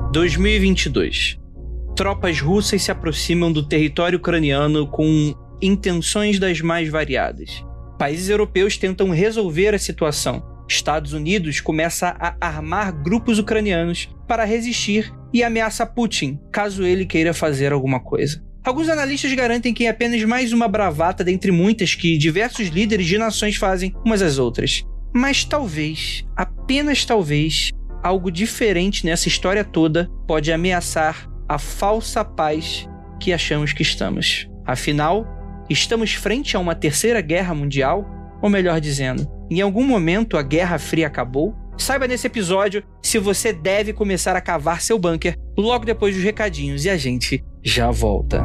2022. Tropas russas se aproximam do território ucraniano com intenções das mais variadas. Países europeus tentam resolver a situação. Estados Unidos começa a armar grupos ucranianos para resistir e ameaça Putin, caso ele queira fazer alguma coisa. Alguns analistas garantem que é apenas mais uma bravata dentre muitas que diversos líderes de nações fazem umas às outras. Mas talvez, apenas talvez, algo diferente nessa história toda pode ameaçar a falsa paz que achamos que estamos. Afinal, estamos frente a uma terceira guerra mundial? Ou melhor dizendo, em algum momento a Guerra Fria acabou? Saiba nesse episódio se você deve começar a cavar seu bunker logo depois dos recadinhos e a gente já volta.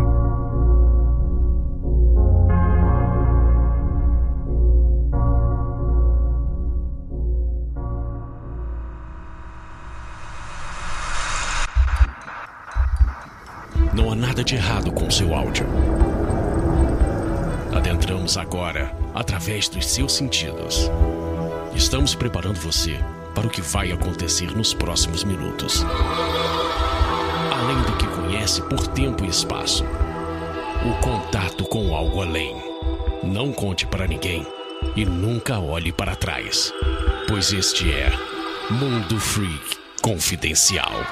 Não há nada de errado com seu áudio. Adentramos agora através dos seus sentidos. Estamos preparando você para o que vai acontecer nos próximos minutos. Além do que conhece por tempo e espaço, o contato com algo além. Não conte para ninguém e nunca olhe para trás, pois este é Mundo Freak Confidencial.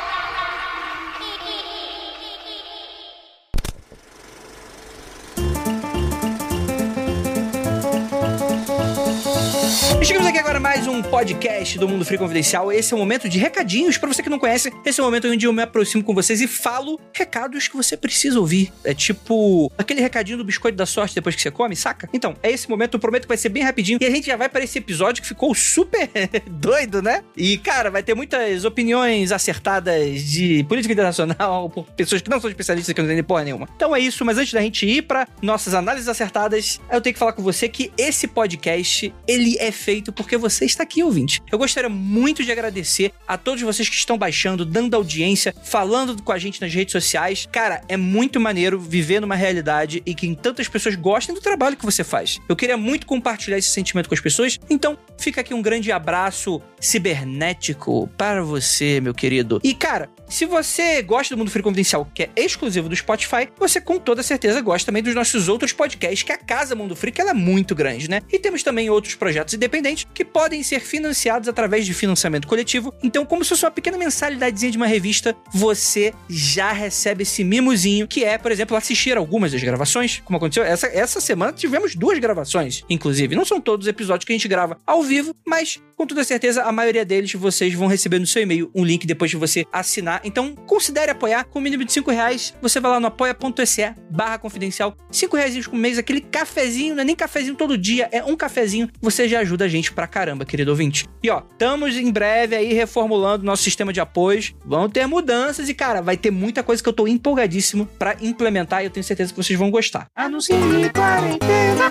Chegamos aqui agora a mais um podcast do Mundo Freak Confidencial. Esse é o momento de recadinhos. Pra você que não conhece, esse é o momento onde eu me aproximo com vocês e falo recados que você precisa ouvir. É tipo aquele recadinho do biscoito da sorte depois que você come, saca? Então, é esse momento, eu prometo que vai ser bem rapidinho. E a gente já vai para esse episódio que ficou super doido, né? E, cara, vai ter muitas opiniões acertadas de política internacional por pessoas que não são especialistas, que não entendem porra nenhuma. Então é isso, mas antes da gente ir pra nossas análises acertadas, eu tenho que falar com você que esse podcast, ele é feito porque você está aqui, ouvinte. Eu gostaria muito de agradecer a todos vocês que estão baixando, dando audiência, falando com a gente nas redes sociais. Cara, é muito maneiro viver numa realidade e que tantas pessoas gostem do trabalho que você faz. Eu queria muito compartilhar esse sentimento com as pessoas, então fica aqui um grande abraço cibernético para você, meu querido. E, cara, se você gosta do Mundo Freak Confidencial, que é exclusivo do Spotify, você com toda certeza gosta também dos nossos outros podcasts, que a Casa Mundo Freak, ela é muito grande, né? E temos também outros projetos independentes que podem ser financiados através de financiamento coletivo. Então, como se fosse uma pequena mensalidadezinha de uma revista, você já recebe esse mimozinho, que é, por exemplo, assistir algumas das gravações, como aconteceu. Essa semana tivemos 2 gravações, inclusive. Não são todos os episódios que a gente grava ao vivo, mas com toda certeza a maioria deles vocês vão receber no seu e-mail um link depois de você assinar. Então, considere apoiar com o mínimo de R$5. Você vai lá no apoia.se/confidencial. R$5 por mês, aquele cafezinho, não é nem cafezinho todo dia, é um cafezinho. Você já ajuda a gente pra caramba, querido ouvinte. E ó, estamos em breve aí reformulando nosso sistema de apoios. Vão ter mudanças e, cara, vai ter muita coisa que eu tô empolgadíssimo pra implementar e eu tenho certeza que vocês vão gostar. Anuncie quarentena.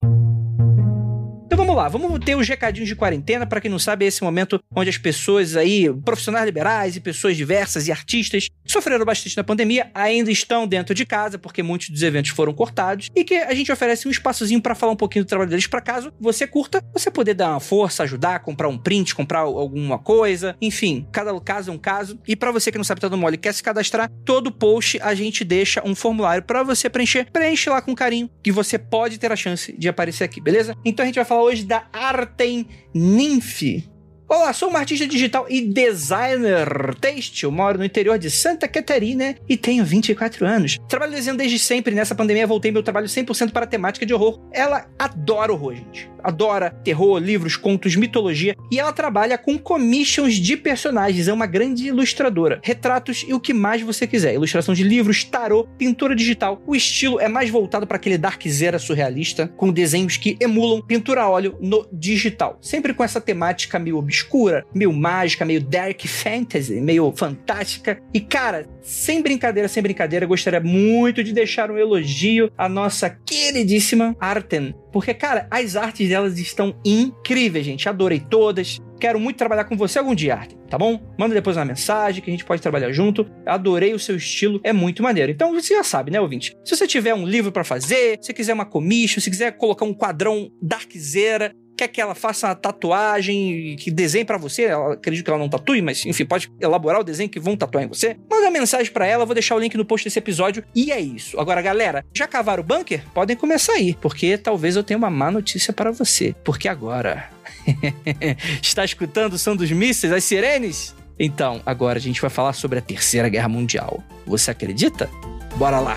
Então vamos lá, vamos ter os recadinhos de quarentena. Pra quem não sabe, é esse momento onde as pessoas aí, profissionais liberais e pessoas diversas e artistas, sofreram bastante na pandemia, ainda estão dentro de casa, porque muitos dos eventos foram cortados, e que a gente oferece um espaçozinho pra falar um pouquinho do trabalho deles, pra caso você curta, você poder dar uma força, ajudar, comprar um print, comprar alguma coisa, enfim, cada caso é um caso. E pra você que não sabe tá dando mole e quer se cadastrar, todo post a gente deixa um formulário pra você preencher. Preenche lá com carinho, que você pode ter a chance de aparecer aqui, beleza? Então a gente vai falar hoje da Artem Nymph. Olá, sou uma artista digital e designer têxtil. Moro no interior de Santa Catarina e tenho 24 anos. Trabalho desenhando desde sempre. Nessa pandemia voltei meu trabalho 100% para a temática de horror. Ela adora horror, gente. Adora terror, livros, contos, mitologia. E ela trabalha com commissions de personagens. É uma grande ilustradora. Retratos e o que mais você quiser. Ilustração de livros, tarô, pintura digital. O estilo é mais voltado para aquele darkzera surrealista, com desenhos que emulam pintura a óleo no digital. Sempre com essa temática meio obscura, meio mágica, meio dark fantasy, meio fantástica. E, cara, sem brincadeira, gostaria muito de deixar um elogio à nossa queridíssima Artem. Porque, cara, as artes delas estão incríveis, gente. Adorei todas. Quero muito trabalhar com você algum dia, Artem, tá bom? Manda depois uma mensagem que a gente pode trabalhar junto. Adorei o seu estilo, é muito maneiro. Então você já sabe, né, ouvinte? Se você tiver um livro pra fazer, se quiser uma commission, se quiser colocar um quadrão darkzera, quer que ela faça uma tatuagem, que desenhe pra você, acredito que ela não tatue, mas enfim, pode elaborar o desenho que vão tatuar em você, manda mensagem pra ela, vou deixar o link no post desse episódio, e é isso. Agora, galera, já cavaram o bunker? Podem começar aí, porque talvez eu tenha uma má notícia para você, porque agora... Está escutando o som dos mísseis, as sirenes? Então, agora a gente vai falar sobre a Terceira Guerra Mundial. Você acredita? Bora lá!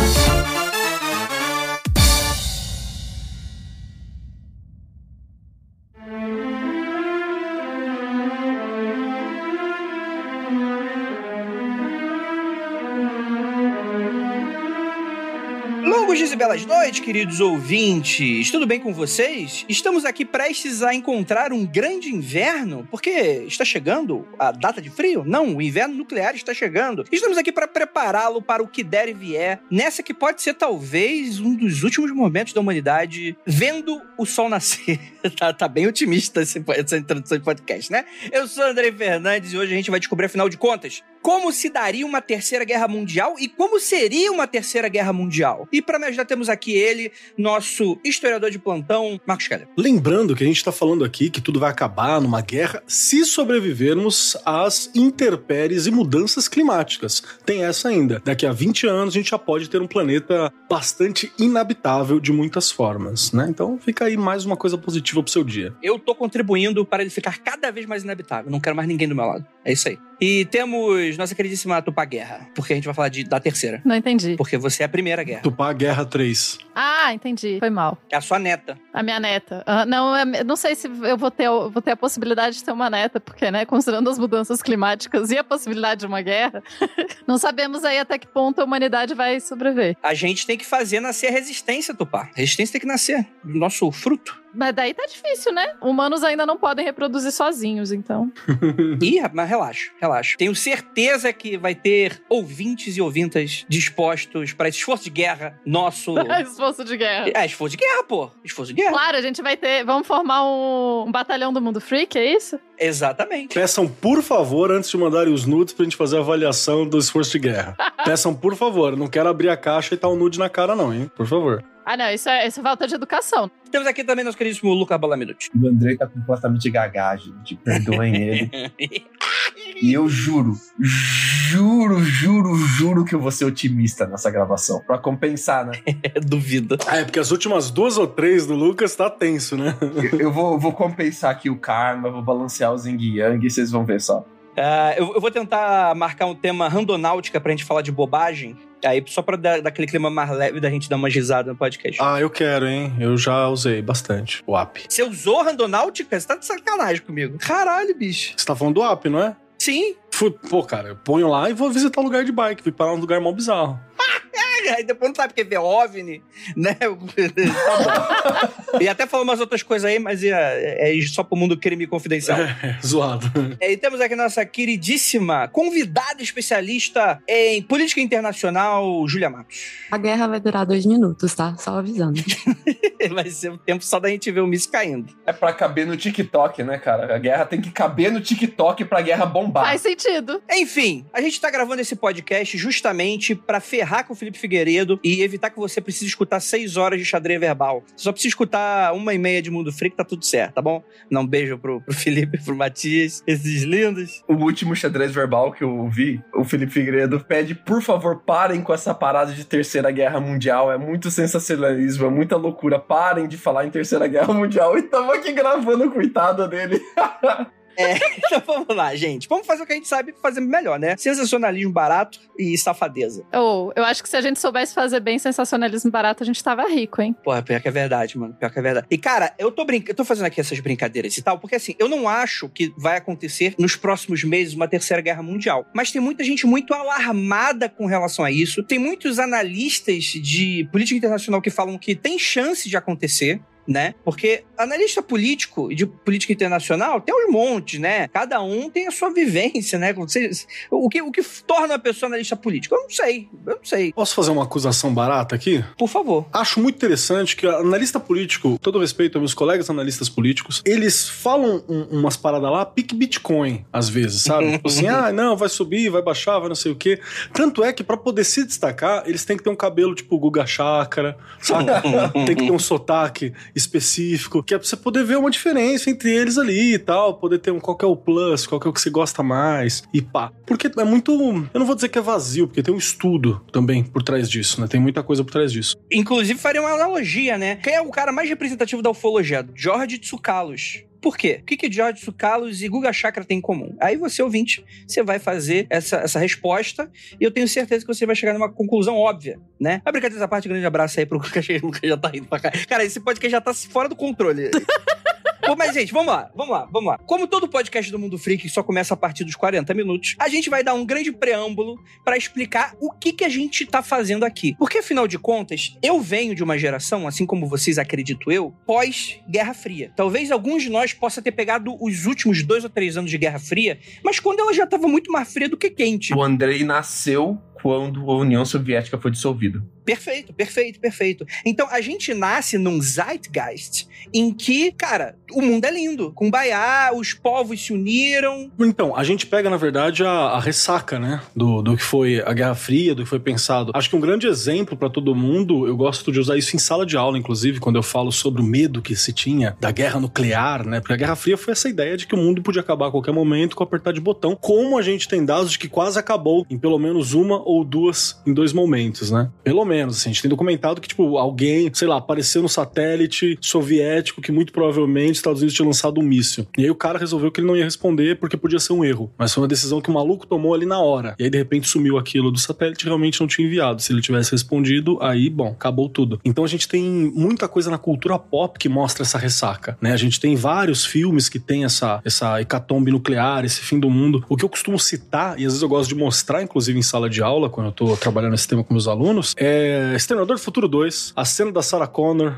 Longos dias e belas noites, queridos ouvintes. Tudo bem com vocês? Estamos aqui prestes a encontrar um grande inverno, porque está chegando a data de frio? Não, o inverno nuclear está chegando. Estamos aqui para prepará-lo para o que der e vier, nessa que pode ser talvez um dos últimos momentos da humanidade vendo o sol nascer. Tá bem otimista essa introdução de podcast, né? Eu sou Andrei Fernandes e hoje a gente vai descobrir, afinal de contas, como se daria uma terceira guerra mundial e como seria uma terceira guerra mundial. E para me ajudar temos aqui ele, nosso historiador de plantão, Marcos Keller. Lembrando que a gente tá falando aqui que tudo vai acabar numa guerra se sobrevivermos às intempéries e mudanças climáticas. Tem essa ainda. Daqui a 20 anos a gente já pode ter um planeta bastante inabitável de muitas formas, né? Então fica aí mais uma coisa positiva pro seu dia. Eu tô contribuindo para ele ficar cada vez mais inabitável. Não quero mais ninguém do meu lado. É isso aí. E temos nossa queridíssima Tupá Guerra, porque a gente vai falar da terceira. Não entendi. Porque você é a primeira guerra. Tupá Guerra 3. Ah, entendi. Foi mal. É a sua neta. A minha neta. Não sei se eu vou ter a possibilidade de ter uma neta, porque, né, considerando as mudanças climáticas e a possibilidade de uma guerra, não sabemos aí até que ponto a humanidade vai sobreviver. A gente tem que fazer nascer a resistência, Tupá. A resistência tem que nascer do nosso fruto. Mas daí tá difícil, né? Humanos ainda não podem reproduzir sozinhos, então. Ih, mas relaxa. Tenho certeza que vai ter ouvintes e ouvintas dispostos para esse esforço de guerra nosso. Esforço de guerra. Esforço de guerra, pô. Esforço de guerra. Claro, a gente vai ter... Vamos formar um batalhão do Mundo Freak, é isso? Exatamente. Peçam, por favor, antes de mandarem os nudes pra gente fazer a avaliação do esforço de guerra. Peçam, por favor. Não quero abrir a caixa e tá um nude na cara, não, hein? Por favor. Ah, não. Isso é falta de educação. Temos aqui também nosso queridíssimo Luca Balaminuti. O Andrei tá completamente gaga, gente. Perdoem ele. E eu juro que eu vou ser otimista nessa gravação. Pra compensar, né? Duvido. Porque as últimas 2 ou 3 do Lucas tá tenso, né? Eu vou compensar aqui o karma, vou balancear o Zing Yang e vocês vão ver só. Eu vou tentar marcar um tema randonáutica pra gente falar de bobagem. Aí, só pra dar aquele clima mais leve da gente dar uma risada no podcast. Eu quero, hein? Eu já usei bastante o app. Você usou randonáutica? Você tá de sacanagem comigo. Caralho, bicho. Você tá falando do app, não é? Sim. Pô, cara, eu ponho lá e vou visitar um lugar de bike. Fui parar num lugar mó bizarro. Aí depois não sabe porque vê OVNI, né? Tá bom. E até falou umas outras coisas aí, mas é só pro mundo crime confidencial. Zoado. E temos aqui nossa queridíssima convidada especialista em política internacional, Júlia Matos. A guerra vai durar 2 minutos, tá? Só avisando. Vai ser o tempo só da gente ver o míssil caindo. É pra caber no TikTok, né, cara? A guerra tem que caber no TikTok pra guerra bombar. Faz sentido. Enfim, a gente tá gravando esse podcast justamente pra ferrar com o Felipe Figueiredo e evitar que você precise escutar 6 horas de xadrez verbal. Você só precisa escutar 1h30 de Mundo Freak, tá tudo certo, tá bom? Um beijo pro Felipe, pro Matias, esses lindos. O último xadrez verbal que eu vi, o Felipe Figueiredo pede, por favor, parem com essa parada de Terceira Guerra Mundial, é muito sensacionalismo, é muita loucura, parem de falar em Terceira Guerra Mundial, e tamo aqui gravando, coitado dele. Então vamos lá, gente. Vamos fazer o que a gente sabe fazer melhor, né? Sensacionalismo barato e safadeza. Eu acho que se a gente soubesse fazer bem sensacionalismo barato, a gente tava rico, hein? Porra, pior que é verdade, mano. Pior que é verdade. E, cara, eu tô fazendo aqui essas brincadeiras e tal, porque assim, eu não acho que vai acontecer nos próximos meses uma terceira guerra mundial. Mas tem muita gente muito alarmada com relação a isso. Tem muitos analistas de política internacional que falam que tem chance de acontecer, né? Porque analista político e de política internacional tem uns montes, né? Cada um tem a sua vivência, né? O que torna uma pessoa analista político? Eu não sei. Posso fazer uma acusação barata aqui? Por favor. Acho muito interessante que analista político, todo respeito aos meus colegas analistas políticos, eles falam umas paradas lá, pique Bitcoin, às vezes, sabe? Tipo assim, não, vai subir, vai baixar, vai não sei o quê. Tanto é que pra poder se destacar, eles têm que ter um cabelo tipo Guga Chakra, sabe? Tem que ter um sotaque específico, que é pra você poder ver uma diferença entre eles ali e tal, poder ter qual que é o plus, qual que é o que você gosta mais e pá. Porque é muito, eu não vou dizer que é vazio, porque tem um estudo também por trás disso, né? Tem muita coisa por trás disso. Inclusive, faria uma analogia, né? Quem é o cara mais representativo da ufologia? George Tsoukalos. Por quê? O que George Tsoukalos e Guga Chakra têm em comum? Aí você, ouvinte, você vai fazer essa resposta e eu tenho certeza que você vai chegar numa conclusão óbvia, né? A brincadeira dessa parte, grande abraço aí pro Guga Chakra, o Lucas já tá rindo pra cá. Cara, esse podcast já tá fora do controle. Pô, mas, gente, vamos lá. Como todo podcast do Mundo Freak só começa a partir dos 40 minutos, a gente vai dar um grande preâmbulo pra explicar o que a gente tá fazendo aqui. Porque, afinal de contas, eu venho de uma geração, assim como vocês, acredito eu, pós-Guerra Fria. Talvez alguns de nós possa ter pegado os últimos 2 ou 3 anos de Guerra Fria, mas quando ela já tava muito mais fria do que quente. O Andrei nasceu quando a União Soviética foi dissolvida. Perfeito. Então, a gente nasce num zeitgeist em que, cara, o mundo é lindo. Kumbaya, os povos se uniram. Então, a gente pega, na verdade, a ressaca, né? Do que foi a Guerra Fria, do que foi pensado. Acho que um grande exemplo pra todo mundo, eu gosto de usar isso em sala de aula, inclusive, quando eu falo sobre o medo que se tinha da guerra nuclear, né? Porque a Guerra Fria foi essa ideia de que o mundo podia acabar a qualquer momento com apertar de botão, como a gente tem dados de que quase acabou em pelo menos uma ou duas, em 2 momentos, né? Pelo menos, assim, a gente tem documentado que, tipo, alguém, sei lá, apareceu no satélite soviético que muito provavelmente os Estados Unidos tinha lançado um míssil. E aí o cara resolveu que ele não ia responder porque podia ser um erro. Mas foi uma decisão que o maluco tomou ali na hora. E aí, de repente, sumiu aquilo do satélite e realmente não tinha enviado. Se ele tivesse respondido, aí, bom, acabou tudo. Então a gente tem muita coisa na cultura pop que mostra essa ressaca, né? A gente tem vários filmes que tem essa hecatombe nuclear, esse fim do mundo. O que eu costumo citar, e às vezes eu gosto de mostrar, inclusive em sala de aula, quando eu tô trabalhando esse tema com meus alunos, é Exterminador do Futuro 2, a cena da Sarah Connor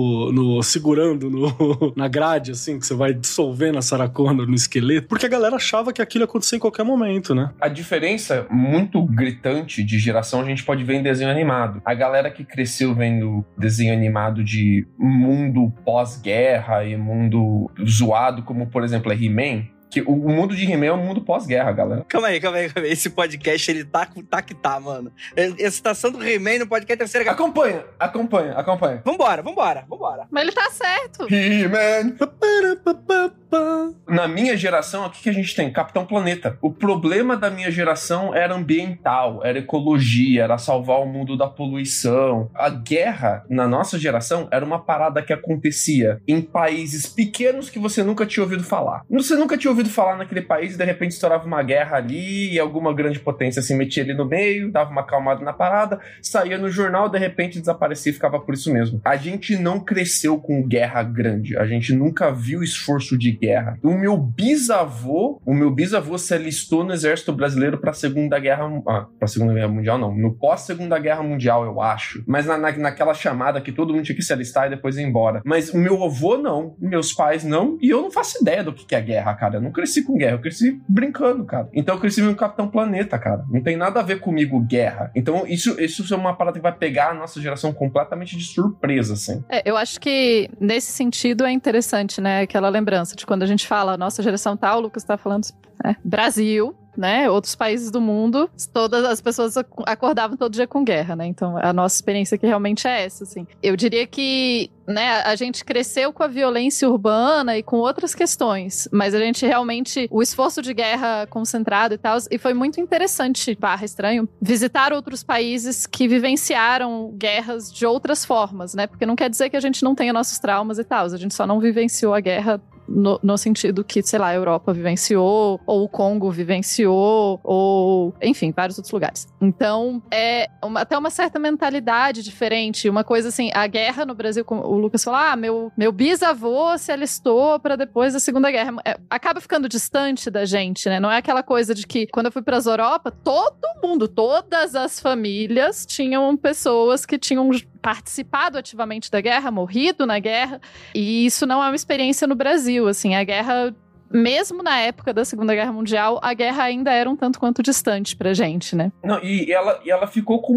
segurando na grade, assim, que você vai dissolvendo a Sarah Connor no esqueleto, porque a galera achava que aquilo ia acontecer em qualquer momento, né? A diferença muito gritante de geração a gente pode ver em desenho animado. A galera que cresceu vendo desenho animado de mundo pós-guerra e mundo zoado, como, por exemplo, é He-Man, que o mundo de He-Man é um mundo pós-guerra, galera. Calma aí. Esse podcast, ele tá que tá, mano. A citação do He-Man no podcast terceira... Acompanha. Vambora. Mas ele tá certo. He-Man. Na minha geração, o que a gente tem? Capitão Planeta. O problema da minha geração era ambiental, era ecologia, era salvar o mundo da poluição. A guerra, na nossa geração, era uma parada que acontecia em países pequenos que você nunca tinha ouvido falar. Você nunca tinha ouvido falar naquele país e de repente estourava uma guerra ali e alguma grande potência se metia ali no meio, dava uma acalmada na parada, saía no jornal, de repente desaparecia e ficava por isso mesmo. A gente não cresceu com guerra grande, a gente nunca viu esforço de guerra. O meu bisavô se alistou no exército brasileiro pra Segunda Guerra Mundial não, no pós-Segunda Guerra Mundial, eu acho. Mas naquela chamada que todo mundo tinha que se alistar e depois ir embora. Mas o meu avô não, meus pais não, e eu não faço ideia do que é guerra, cara. Eu não cresci com guerra, eu cresci brincando, cara. Então eu cresci no Capitão Planeta, cara. Não tem nada a ver comigo guerra. Então isso é uma parada que vai pegar a nossa geração completamente de surpresa, assim. Eu acho que nesse sentido é interessante, né? Aquela lembrança de quando a gente fala nossa geração tal, o Lucas tá falando Brasil, né, outros países do mundo, todas as pessoas acordavam todo dia com guerra, né, então a nossa experiência aqui realmente é essa, assim. Eu diria que, né, a gente cresceu com a violência urbana e com outras questões, mas a gente realmente, o esforço de guerra concentrado e tal, e foi muito interessante, estranho, visitar outros países que vivenciaram guerras de outras formas, né, porque não quer dizer que a gente não tenha nossos traumas e tal, a gente só não vivenciou a guerra no sentido que, sei lá, a Europa vivenciou, ou o Congo vivenciou, ou, enfim, vários outros lugares. Então, até uma certa mentalidade diferente, uma coisa assim, a guerra no Brasil, como o Lucas falou, meu bisavô se alistou para depois da Segunda Guerra. Acaba ficando distante da gente, né? Não é aquela coisa de que, quando eu fui para as Europa, todo mundo, todas as famílias tinham pessoas que tinham participado ativamente da guerra, morrido na guerra, e isso não é uma experiência no Brasil, assim, a guerra, mesmo na época da Segunda Guerra Mundial, a guerra ainda era um tanto quanto distante pra gente, né? Não, e ela ficou com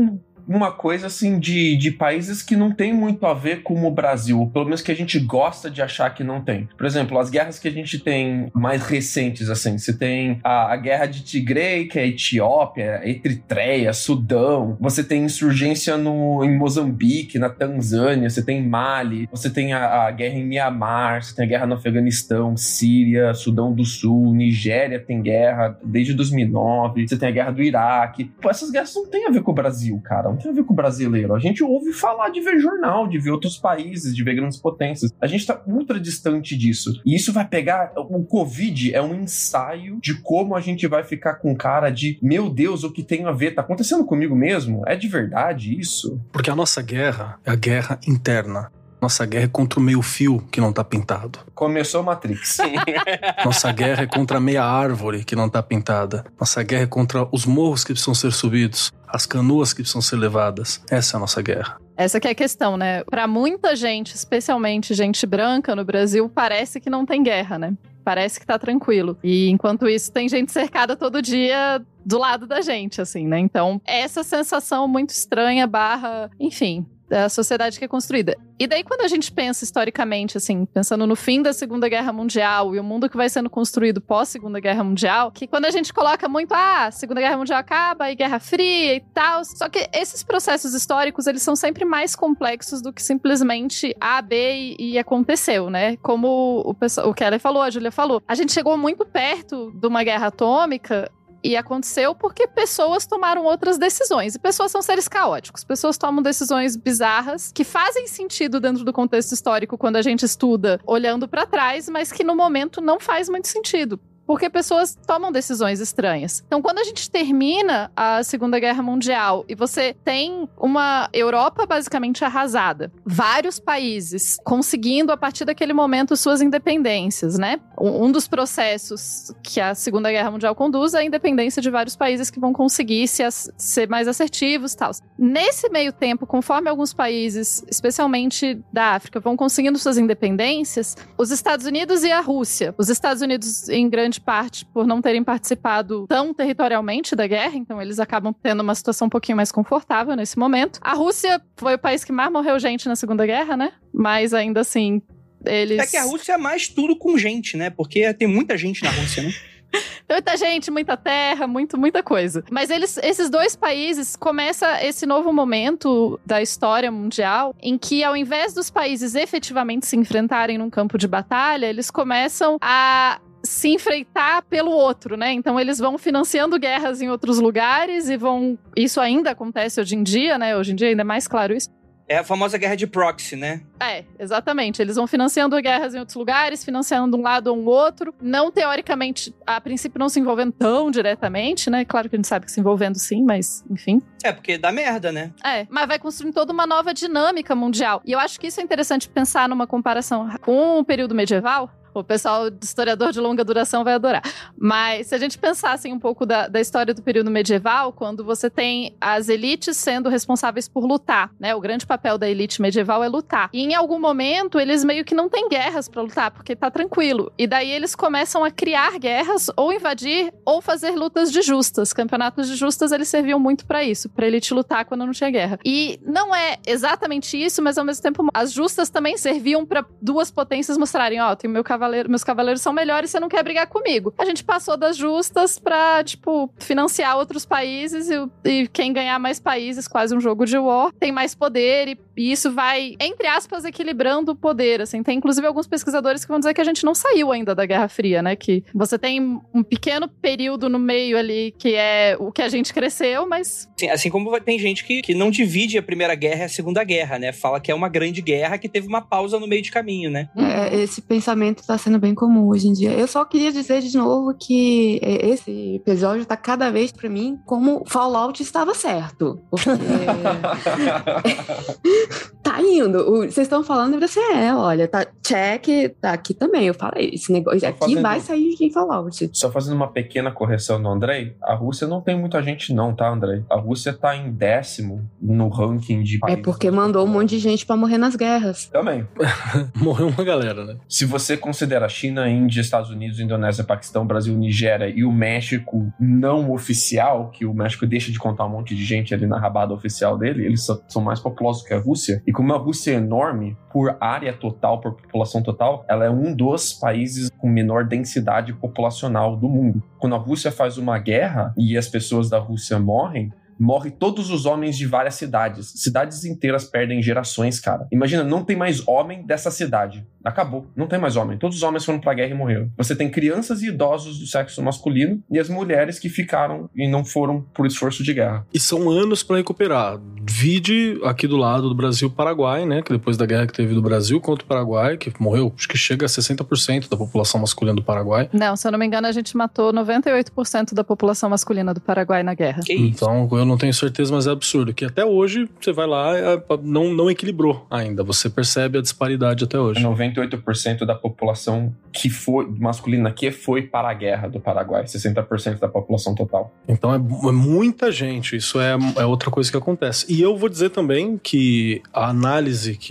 uma coisa assim de países que não tem muito a ver com o Brasil, ou pelo menos que a gente gosta de achar que não tem. Por exemplo, as guerras que a gente tem mais recentes, assim, você tem a guerra de Tigre, que é a Etiópia, Eritreia, Sudão, você tem insurgência em Moçambique, na Tanzânia, você tem Mali, você tem a guerra em Mianmar, você tem a guerra no Afeganistão, Síria, Sudão do Sul, Nigéria tem guerra desde 2009, você tem a guerra do Iraque. Pô, essas guerras não tem a ver com o Brasil, cara, não tem a ver com o brasileiro. A gente ouve falar de ver jornal, de ver outros países, de ver grandes potências. A gente tá ultra distante disso. E isso vai pegar... O Covid é um ensaio de como a gente vai ficar com cara de, meu Deus, o que tem a ver? Tá acontecendo comigo mesmo? É de verdade isso? Porque a nossa guerra é a guerra interna. Nossa guerra é contra o meio fio que não tá pintado. Começou Matrix. Nossa guerra é contra a meia árvore que não tá pintada. Nossa guerra é contra os morros que precisam ser subidos, as canoas que precisam ser levadas. Essa é a nossa guerra. Essa que é a questão, né? Pra muita gente, especialmente gente branca no Brasil, parece que não tem guerra, né? Parece que tá tranquilo. E enquanto isso, tem gente cercada todo dia do lado da gente, assim, né? Então, essa sensação muito estranha, enfim, da sociedade que é construída. E daí, quando a gente pensa historicamente, assim, pensando no fim da Segunda Guerra Mundial e o mundo que vai sendo construído pós-Segunda Guerra Mundial, que quando a gente coloca muito, Segunda Guerra Mundial acaba e Guerra Fria e tal, só que esses processos históricos, eles são sempre mais complexos do que simplesmente A, B e aconteceu, né? Como o Keller falou, a Júlia falou. A gente chegou muito perto de uma guerra atômica. E aconteceu porque pessoas tomaram outras decisões. E pessoas são seres caóticos. Pessoas tomam decisões bizarras que fazem sentido dentro do contexto histórico quando a gente estuda olhando pra trás, mas que no momento não faz muito sentido. Porque pessoas tomam decisões estranhas. Então, quando a gente termina a Segunda Guerra Mundial e você tem uma Europa basicamente arrasada, vários países conseguindo, a partir daquele momento, suas independências, né? Um dos processos que a Segunda Guerra Mundial conduz é a independência de vários países que vão conseguir ser mais assertivos e tal. Nesse meio tempo, conforme alguns países, especialmente da África, vão conseguindo suas independências, os Estados Unidos e a Rússia. Os Estados Unidos, em grande parte, por não terem participado tão territorialmente da guerra, então eles acabam tendo uma situação um pouquinho mais confortável nesse momento. A Rússia foi o país que mais morreu gente na Segunda Guerra, né? Mas ainda assim, eles... É que a Rússia é mais tudo com gente, né? Porque tem muita gente na Rússia, né? Muita gente, muita terra, muita coisa. Mas esses dois países, começa esse novo momento da história mundial em que, ao invés dos países efetivamente se enfrentarem num campo de batalha, eles começam a se enfrentar pelo outro, né? Então eles vão financiando guerras em outros lugares e vão... Isso ainda acontece hoje em dia, né? Hoje em dia ainda é mais claro isso. É a famosa guerra de proxy, né? É, exatamente. Eles vão financiando guerras em outros lugares, financiando um lado ou um outro. Não, teoricamente, a princípio não se envolvendo tão diretamente, né? Claro que a gente sabe que se envolvendo sim, mas enfim. É, porque dá merda, né? É, mas vai construindo toda uma nova dinâmica mundial. E eu acho que isso é interessante pensar numa comparação com o período medieval. O pessoal historiador de longa duração vai adorar. Mas se a gente pensasse um pouco da história do período medieval, quando você tem as elites sendo responsáveis por lutar, né? O grande papel da elite medieval é lutar. E em algum momento, eles meio que não têm guerras pra lutar, porque tá tranquilo. E daí eles começam a criar guerras, ou invadir, ou fazer lutas de justas. Campeonatos de justas, eles serviam muito pra isso, pra elite lutar quando não tinha guerra. E não é exatamente isso, mas ao mesmo tempo, as justas também serviam pra duas potências mostrarem, tem meus cavaleiros são melhores, você não quer brigar comigo. A gente passou das justas pra, financiar outros países e quem ganhar mais países, quase um jogo de war, tem mais poder e isso vai, entre aspas, equilibrando o poder, assim. Tem, inclusive, alguns pesquisadores que vão dizer que a gente não saiu ainda da Guerra Fria, né? Que você tem um pequeno período no meio ali que é o que a gente cresceu, mas... Sim, assim como tem gente que não divide a Primeira Guerra e a Segunda Guerra, né? Fala que é uma grande guerra que teve uma pausa no meio de caminho, né? Esse pensamento tá sendo bem comum hoje em dia. Eu só queria dizer de novo que esse episódio tá cada vez pra mim como Fallout estava certo. Porque... tá Tá indo. Vocês estão falando e você olha, tá check, tá aqui também. Eu falei, esse negócio aqui vai sair de Fallout. Só fazendo uma pequena correção no Andrei, a Rússia não tem muita gente não, tá, Andrei? A Rússia tá em 10º no ranking de países. É porque mandou um monte de gente pra morrer nas guerras. Também. Morreu uma galera, né? Se você considera China, Índia, Estados Unidos, Indonésia, Paquistão, Brasil, Nigéria e o México não oficial, que o México deixa de contar um monte de gente ali na rabada oficial dele, eles são mais populosos que a Rússia. E como a Rússia é enorme, por área total, por população total, ela é um dos países com menor densidade populacional do mundo. Quando a Rússia faz uma guerra e as pessoas da Rússia morrem todos os homens de várias cidades. Cidades inteiras perdem gerações, cara. Imagina, não tem mais homem dessa cidade. Acabou. Não tem mais homem. Todos os homens foram pra guerra e morreram. Você tem crianças e idosos do sexo masculino e as mulheres que ficaram e não foram por esforço de guerra. E são anos pra recuperar. Vide aqui do lado do Brasil, Paraguai, né? Que depois da guerra que teve do Brasil contra o Paraguai, que morreu, acho que chega a 60% da população masculina do Paraguai. Não, se eu não me engano, a gente matou 98% da população masculina do Paraguai na guerra. Então, eu não tenho certeza, mas é absurdo. Que até hoje, você vai lá, não equilibrou ainda. Você percebe a disparidade até hoje. 98% da população que foi masculina que foi para a guerra do Paraguai. 60% da população total. Então é muita gente. Isso é outra coisa que acontece. E eu vou dizer também que a análise que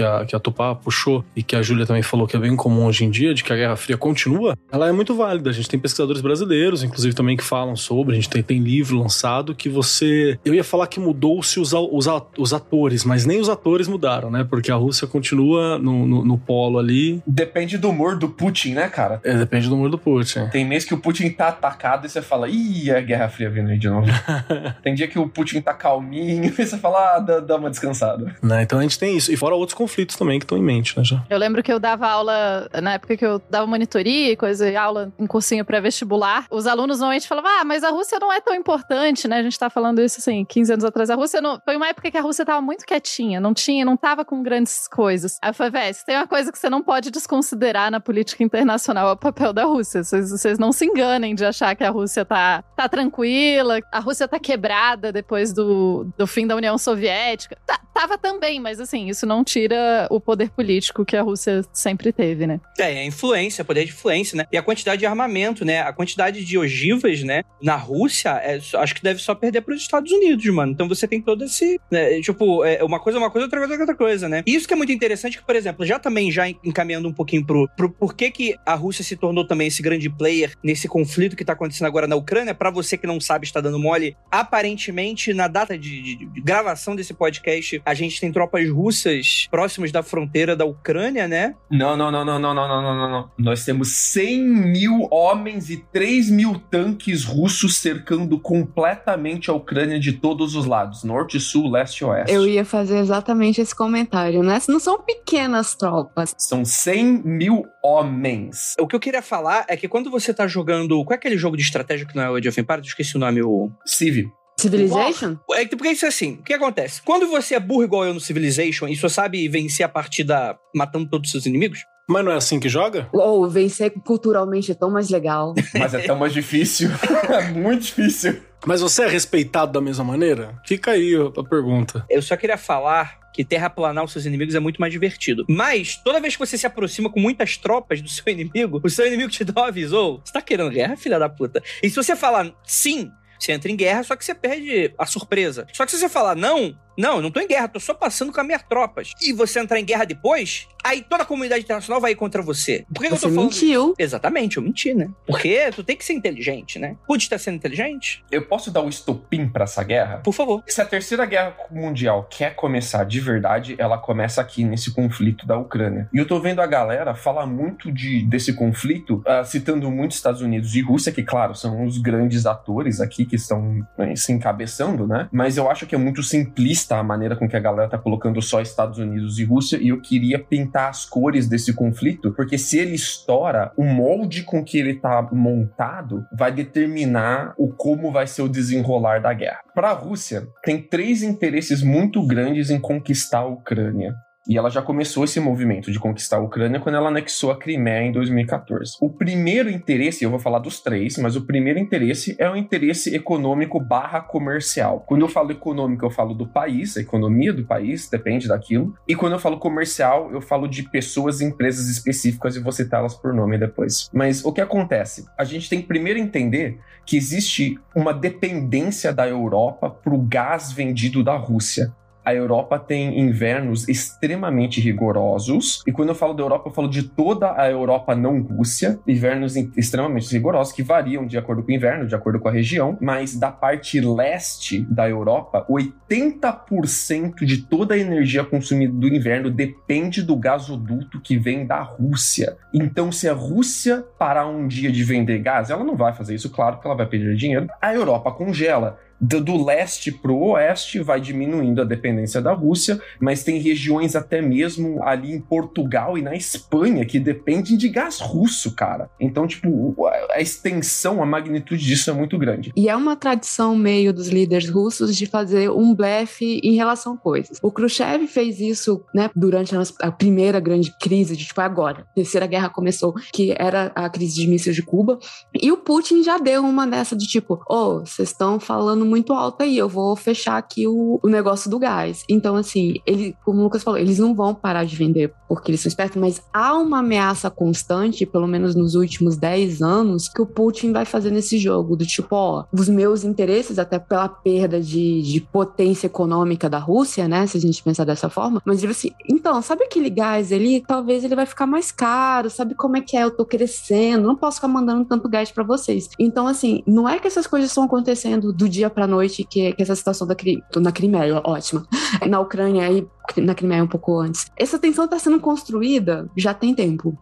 a Tupá puxou e que a Júlia também falou que é bem comum hoje em dia, de que a Guerra Fria continua, ela é muito válida. A gente tem pesquisadores brasileiros, inclusive também, que falam sobre. A gente tem livro lançado que eu ia falar que mudou-se os atores, mas nem os atores mudaram, né? Porque a Rússia continua no polo ali. Depende do humor do Putin, né, cara? Depende do humor do Putin. Tem mês que o Putin tá atacado e você fala, ih, é a Guerra Fria vindo aí de novo. Tem dia que o Putin tá calminho e você fala, dá uma descansada. Né? Então a gente tem isso. E fora outros conflitos também que estão em mente, né, já. Eu lembro que eu dava aula, na época que eu dava monitoria e aula em cursinho pré-vestibular, os alunos normalmente falavam, mas a Rússia não é tão importante, né? A gente tá falando isso, assim, 15 anos atrás. A Rússia foi uma época que a Rússia tava muito quietinha, não tava com grandes coisas. Aí eu falei, se tem uma coisa que você não pode desconsiderar na política internacional, é o papel da Rússia. Vocês não se enganem de achar que a Rússia tá tranquila, a Rússia tá quebrada depois do fim da União Soviética. Tava também, mas assim, isso não tira o poder político que a Rússia sempre teve, né? A influência, poder de influência, né? E a quantidade de armamento, né? A quantidade de ogivas, né? Na Rússia, acho que deve só perder para os Estados Unidos, mano. Então você tem todo esse... Né? Tipo, uma coisa, outra coisa, né? E isso que é muito interessante, que, por exemplo, já encaminhando um pouquinho pro porquê que a Rússia se tornou também esse grande player nesse conflito que tá acontecendo agora na Ucrânia. Pra você que não sabe, está dando mole, aparentemente, na data de gravação desse podcast, a gente tem tropas russas próximas da fronteira da Ucrânia, né? Não. Nós temos 100 mil homens e 3 mil tanques russos cercando completamente a Ucrânia de todos os lados, norte, sul, leste e oeste. Eu ia fazer exatamente esse comentário, né? Não são pequenas tropas. São 100 mil homens. O que eu queria falar é que quando você tá jogando... Qual é aquele jogo de estratégia que não é o Age of Empires? Eu esqueci o nome, Civilization? Porque isso é assim, o que acontece? Quando você é burro igual eu no Civilization e só sabe vencer a partida matando todos os seus inimigos... Mas não é assim que joga? Ou vencer culturalmente é tão mais legal. Mas é tão mais difícil. É muito difícil. Mas você é respeitado da mesma maneira? Fica aí a pergunta. Eu só queria falar que terraplanar os seus inimigos é muito mais divertido. Mas, toda vez que você se aproxima com muitas tropas do seu inimigo, o seu inimigo te dá um aviso. Você tá querendo guerra, filha da puta? E se você falar sim, você entra em guerra, só que você perde a surpresa. Só que se você falar não, eu não tô em guerra, tô só passando com as minhas tropas. E você entrar em guerra depois, aí toda a comunidade internacional vai ir contra você. Por que eu tô falando? Você mentiu. Exatamente, eu menti, né? Porque tu tem que ser inteligente, né? Putin tá sendo inteligente? Eu posso dar um estopim pra essa guerra? Por favor. Se a Terceira Guerra Mundial quer começar de verdade, ela começa aqui nesse conflito da Ucrânia. E eu tô vendo a galera falar muito desse conflito, citando muito Estados Unidos e Rússia, que, claro, são os grandes atores aqui que estão se encabeçando, né? Mas eu acho que é muito simplista a maneira com que a galera tá colocando só Estados Unidos e Rússia, e eu queria pintar as cores desse conflito, porque se ele estoura, o molde com que ele tá montado vai determinar como vai ser o desenrolar da guerra. Para a Rússia, tem 3 interesses muito grandes em conquistar a Ucrânia. E ela já começou esse movimento de conquistar a Ucrânia quando ela anexou a Crimeia em 2014. O primeiro interesse, eu vou falar dos três, mas o primeiro interesse é o interesse econômico/comercial. Quando eu falo econômico, eu falo do país, a economia do país, depende daquilo. E quando eu falo comercial, eu falo de pessoas e empresas específicas e vou citá-las por nome depois. Mas o que acontece? A gente tem que primeiro entender que existe uma dependência da Europa para o gás vendido da Rússia. A Europa tem invernos extremamente rigorosos, e quando eu falo da Europa, eu falo de toda a Europa não Rússia, invernos extremamente rigorosos, que variam de acordo com o inverno, de acordo com a região, mas da parte leste da Europa, 80% de toda a energia consumida do inverno depende do gasoduto que vem da Rússia. Então, se a Rússia parar um dia de vender gás, ela não vai fazer isso, claro que ela vai perder dinheiro, a Europa congela. Do leste para o oeste vai diminuindo a dependência da Rússia, mas tem regiões até mesmo ali em Portugal e na Espanha que dependem de gás russo, cara. Então, tipo, a extensão, a magnitude disso é muito grande. E é uma tradição meio dos líderes russos de fazer um blefe em relação a coisas. O Khrushchev fez isso, né, durante a primeira grande crise, de tipo, agora, a Terceira Guerra começou, que era a crise de mísseis de Cuba, e o Putin já deu uma dessa de tipo, vocês estão falando muito alto aí, eu vou fechar aqui o negócio do gás. Então, assim, como o Lucas falou, eles não vão parar de vender porque eles são espertos, mas há uma ameaça constante, pelo menos nos últimos 10 anos, que o Putin vai fazer nesse jogo, do tipo, os meus interesses, até pela perda de potência econômica da Rússia, né, se a gente pensar dessa forma, mas digo assim, então, sabe aquele gás ali? Talvez ele vai ficar mais caro, sabe como é que é? Eu tô crescendo, não posso ficar mandando tanto gás pra vocês. Então, assim, não é que essas coisas estão acontecendo do dia pra noite, que essa situação na Crimeia, ótima. Na Ucrânia e na Crimeia um pouco antes. Essa tensão está sendo construída já tem tempo.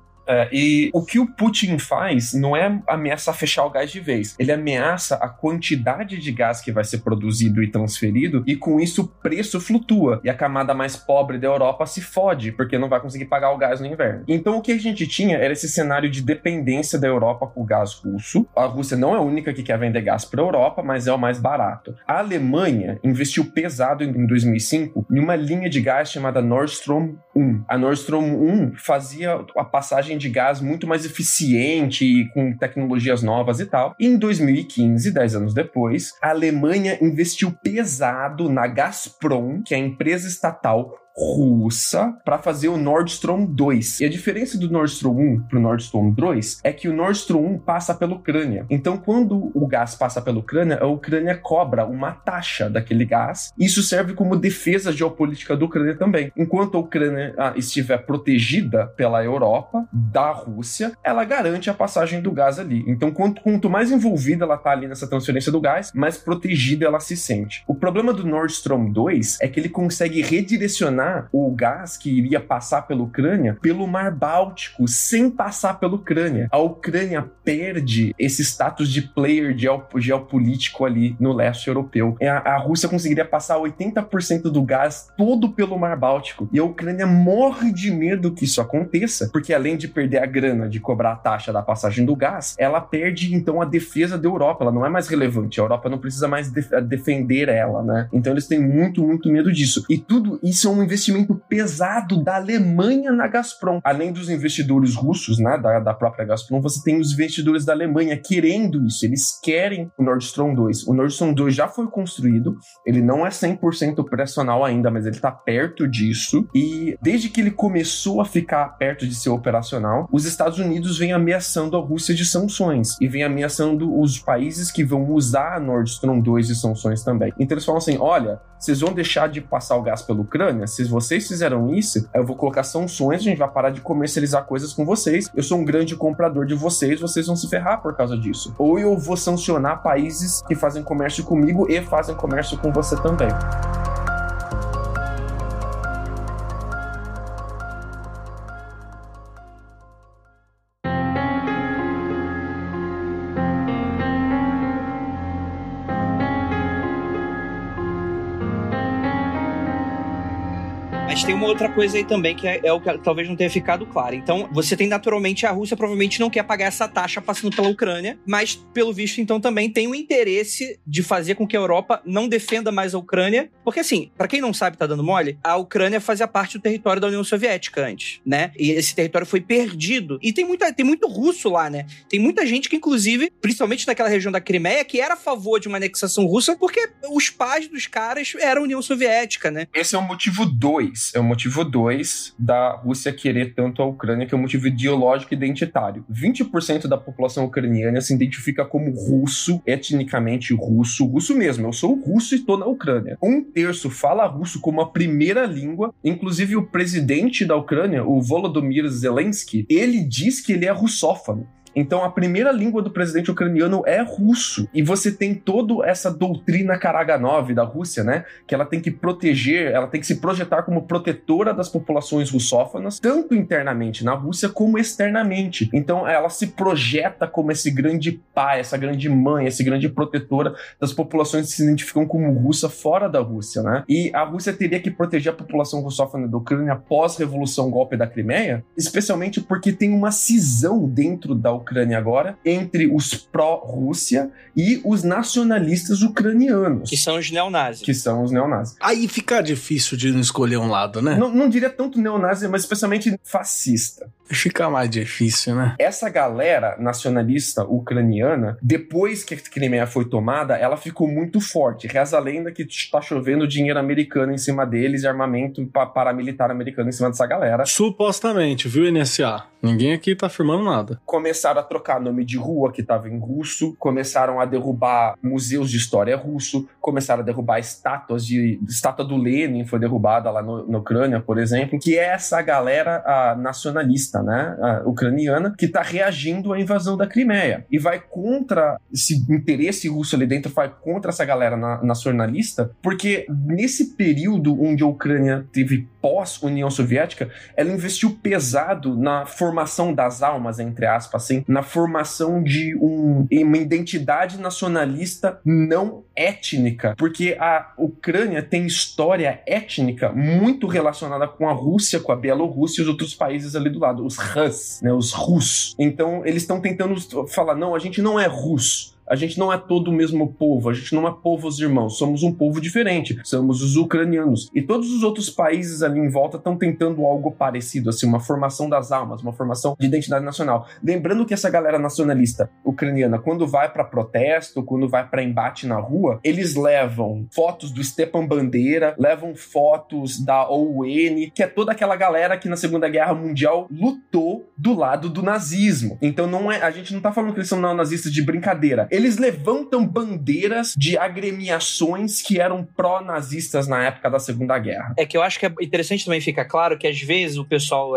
E o que o Putin faz não é ameaçar fechar o gás de vez. Ele ameaça a quantidade de gás que vai ser produzido e transferido, e com isso o preço flutua. E a camada mais pobre da Europa se fode, porque não vai conseguir pagar o gás no inverno. Então o que a gente tinha era esse cenário de dependência da Europa com o gás russo. A Rússia não é a única que quer vender gás para a Europa, mas é o mais barato. A Alemanha investiu pesado em 2005 em uma linha de gás chamada Nord Stream 1. A Nord Stream 1 fazia a passagem de gás muito mais eficiente e com tecnologias novas e tal. E em 2015, 10 anos depois, a Alemanha investiu pesado na Gazprom, que é a empresa estatal russa, para fazer o Nord Stream 2. E a diferença do Nord Stream 1 para o Nord Stream 2 é que o Nord Stream 1 passa pela Ucrânia. Então, quando o gás passa pela Ucrânia, a Ucrânia cobra uma taxa daquele gás. Isso serve como defesa geopolítica da Ucrânia também. Enquanto a Ucrânia estiver protegida pela Europa, da Rússia, ela garante a passagem do gás ali. Então, quanto mais envolvida ela está ali nessa transferência do gás, mais protegida ela se sente. O problema do Nord Stream 2 é que ele consegue redirecionar o gás que iria passar pela Ucrânia pelo Mar Báltico, sem passar pela Ucrânia. A Ucrânia perde esse status de player geopolítico ali no leste europeu. A Rússia conseguiria passar 80% do gás todo pelo Mar Báltico. E a Ucrânia morre de medo que isso aconteça, porque além de perder a grana de cobrar a taxa da passagem do gás, ela perde então a defesa da Europa. Ela não é mais relevante. A Europa não precisa mais defender ela, né? Então eles têm muito, muito medo disso. E tudo isso é um investimento pesado da Alemanha na Gazprom. Além dos investidores russos, né, da própria Gazprom, você tem os investidores da Alemanha querendo isso. Eles querem o Nord Stream 2. O Nord Stream 2 já foi construído. Ele não é 100% operacional ainda, mas ele está perto disso. E desde que ele começou a ficar perto de ser operacional, os Estados Unidos vêm ameaçando a Rússia de sanções e vêm ameaçando os países que vão usar a Nord Stream 2 de sanções também. Então eles falam assim, olha, vocês vão deixar de passar o gás pela Ucrânia? Se vocês fizeram isso, eu vou colocar sanções, a gente vai parar de comercializar coisas com vocês, eu sou um grande comprador de vocês vão se ferrar por causa disso. Ou eu vou sancionar países que fazem comércio comigo e fazem comércio com você também. Mas Mas tem uma outra coisa aí também, que é o que talvez não tenha ficado claro. Então, você tem naturalmente, a Rússia provavelmente não quer pagar essa taxa passando pela Ucrânia, mas, pelo visto, então, também tem o interesse de fazer com que a Europa não defenda mais a Ucrânia. Porque, assim, pra quem não sabe, tá dando mole, a Ucrânia fazia parte do território da União Soviética antes, né? E esse território foi perdido. E tem muito russo lá, né? Tem muita gente que, inclusive, principalmente naquela região da Crimeia, que era a favor de uma anexação russa, porque os pais dos caras eram a União Soviética, né? Esse é o motivo 2. É o motivo 2 da Rússia querer tanto a Ucrânia, que é o motivo ideológico e identitário. 20% da população ucraniana se identifica como russo, etnicamente russo mesmo. Eu sou russo e tô na Ucrânia. 1/3 fala russo como a primeira língua. Inclusive, o presidente da Ucrânia, o Volodymyr Zelensky, ele diz que ele é russófono. Então, a primeira língua do presidente ucraniano é russo. E você tem toda essa doutrina Karaganov da Rússia, né? Que ela tem que proteger, ela tem que se projetar como protetora das populações russófonas, tanto internamente na Rússia como externamente. Então, ela se projeta como esse grande pai, essa grande mãe, essa grande protetora das populações que se identificam como russa fora da Rússia, né? E a Rússia teria que proteger a população russófona da Ucrânia pós-revolução golpe da Crimeia, especialmente porque tem uma cisão dentro da Ucrânia agora, entre os pró-Rússia e os nacionalistas ucranianos. Que são os neonazis. Aí fica difícil de não escolher um lado, né? Não diria tanto neonazi, mas especialmente fascista. Fica mais difícil, né? Essa galera nacionalista ucraniana, depois que a Crimeia foi tomada, ela ficou muito forte. Reza a lenda que está chovendo dinheiro americano em cima deles e armamento paramilitar americano em cima dessa galera. Supostamente, viu, NSA? Ninguém aqui tá afirmando nada. Começaram a trocar nome de rua que estava em russo, começaram a derrubar museus de história russo, começaram a derrubar estátua do Lenin foi derrubada lá na Ucrânia, por exemplo, que é essa galera nacionalista, né, ucraniana, que tá reagindo à invasão da Crimeia e vai contra esse interesse russo ali dentro, vai contra essa galera nacionalista, porque nesse período onde a Ucrânia teve pós-União Soviética, ela investiu pesado na formação das almas, entre aspas, assim, na formação de uma identidade nacionalista não étnica, porque a Ucrânia tem história étnica muito relacionada com a Rússia, com a Bielorrússia e os outros países ali do lado, os Rus, né, os Rus. Então, eles estão tentando falar, não, a gente não é russo. A gente não é todo o mesmo povo, a gente não é povos irmãos, somos um povo diferente, somos os ucranianos. E todos os outros países ali em volta estão tentando algo parecido, assim, uma formação das almas, uma formação de identidade nacional. Lembrando que essa galera nacionalista ucraniana, quando vai para protesto, quando vai para embate na rua, eles levam fotos do Stepan Bandeira, levam fotos da OUN, que é toda aquela galera que na Segunda Guerra Mundial lutou do lado do nazismo. Então a gente não tá falando que eles são neonazistas de brincadeira. Eles levantam bandeiras de agremiações que eram pró-nazistas na época da Segunda Guerra. É que eu acho que é interessante também ficar claro que às vezes o pessoal...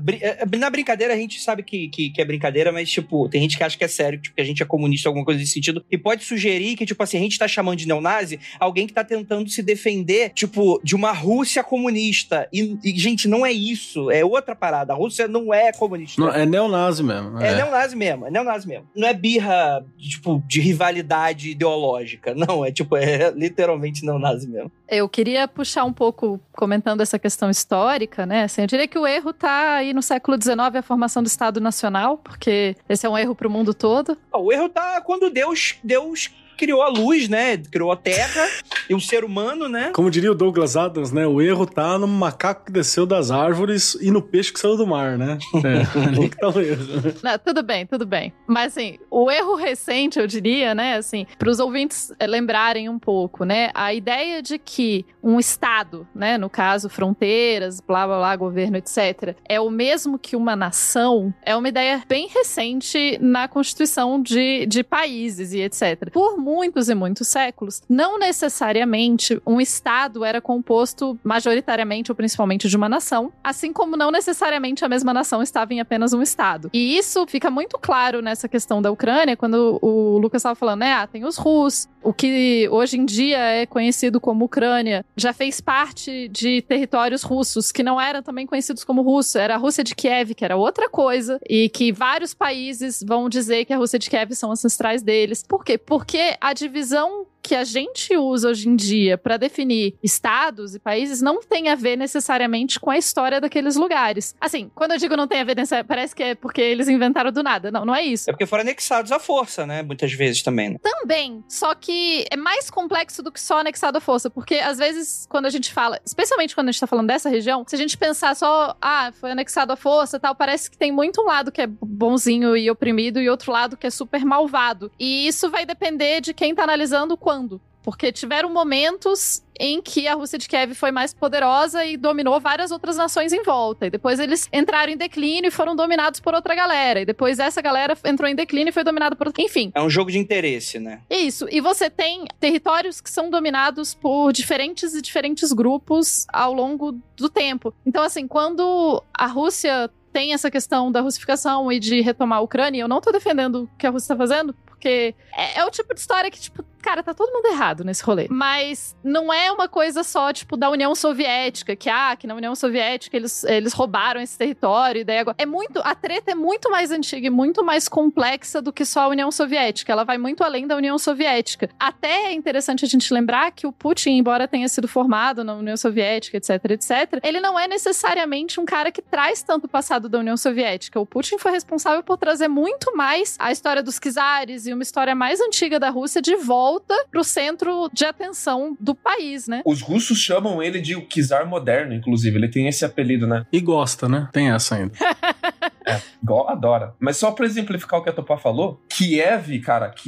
na brincadeira a gente sabe que é brincadeira, mas tipo, tem gente que acha que é sério, tipo, que a gente é comunista, alguma coisa desse sentido, e pode sugerir que, tipo assim, a gente tá chamando de neonazi alguém que tá tentando se defender, tipo, de uma Rússia comunista. E gente, não é isso. É outra parada. A Rússia não é comunista. Não, é neonazi mesmo. É neonazi mesmo. Não é birra, tipo, de rivalidade ideológica. Não, é literalmente neonazi mesmo. Eu queria puxar um pouco, comentando essa questão histórica, né? Assim, eu diria que o erro tá aí no século XIX, a formação do Estado Nacional, porque esse é um erro pro mundo todo. O erro tá quando Deus criou a luz, né? Criou a terra e o ser humano, né? Como diria o Douglas Adams, né? O erro tá no macaco que desceu das árvores e no peixe que saiu do mar, né? Ali que tá o erro. Não, tudo bem. Mas, assim, o erro recente, eu diria, né? Assim, pros ouvintes lembrarem um pouco, né? A ideia de que um Estado, né? No caso, fronteiras, blá, blá, blá, governo, etc., é o mesmo que uma nação, é uma ideia bem recente na constituição de países e etc. Por muitos e muitos séculos, não necessariamente um Estado era composto majoritariamente ou principalmente de uma nação, assim como não necessariamente a mesma nação estava em apenas um Estado. E isso fica muito claro nessa questão da Ucrânia, quando o Lucas estava falando, né? Tem os Rus, o que hoje em dia é conhecido como Ucrânia, já fez parte de territórios russos, que não eram também conhecidos como Rússia, era a Rússia de Kiev, que era outra coisa, e que vários países vão dizer que a Rússia de Kiev são ancestrais deles. Por quê? Porque a divisão que a gente usa hoje em dia para definir estados e países não tem a ver necessariamente com a história daqueles lugares. Assim, quando eu digo não tem a ver, parece que é porque eles inventaram do nada. Não, não é isso. É porque foram anexados à força, né? Muitas vezes também. Né? Também. Só que é mais complexo do que só anexado à força. Porque, às vezes, quando a gente fala, especialmente quando a gente tá falando dessa região, se a gente pensar só, foi anexado à força e tal, parece que tem muito um lado que é bonzinho e oprimido e outro lado que é super malvado. E isso vai depender de quem tá analisando quando. Porque tiveram momentos em que a Rússia de Kiev foi mais poderosa e dominou várias outras nações em volta. E depois eles entraram em declínio e foram dominados por outra galera. E depois essa galera entrou em declínio e foi dominada por outra. Enfim. É um jogo de interesse, né? Isso. E você tem territórios que são dominados por diferentes grupos ao longo do tempo. Então, assim, quando a Rússia tem essa questão da russificação e de retomar a Ucrânia, eu não tô defendendo o que a Rússia tá fazendo, porque é o tipo de história que, tipo, cara, tá todo mundo errado nesse rolê. Mas não é uma coisa só, tipo, da União Soviética, que na União Soviética eles roubaram esse território, e daí agora... A treta é muito mais antiga e muito mais complexa do que só a União Soviética. Ela vai muito além da União Soviética. Até é interessante a gente lembrar que o Putin, embora tenha sido formado na União Soviética, etc, ele não é necessariamente um cara que traz tanto o passado da União Soviética. O Putin foi responsável por trazer muito mais a história dos czares e uma história mais antiga da Rússia de volta pro centro de atenção do país, né? Os russos chamam ele de o czar moderno, inclusive. Ele tem esse apelido, né? E gosta, né? Tem essa ainda. Adora. Mas só pra exemplificar o que a Tupá falou, Kiev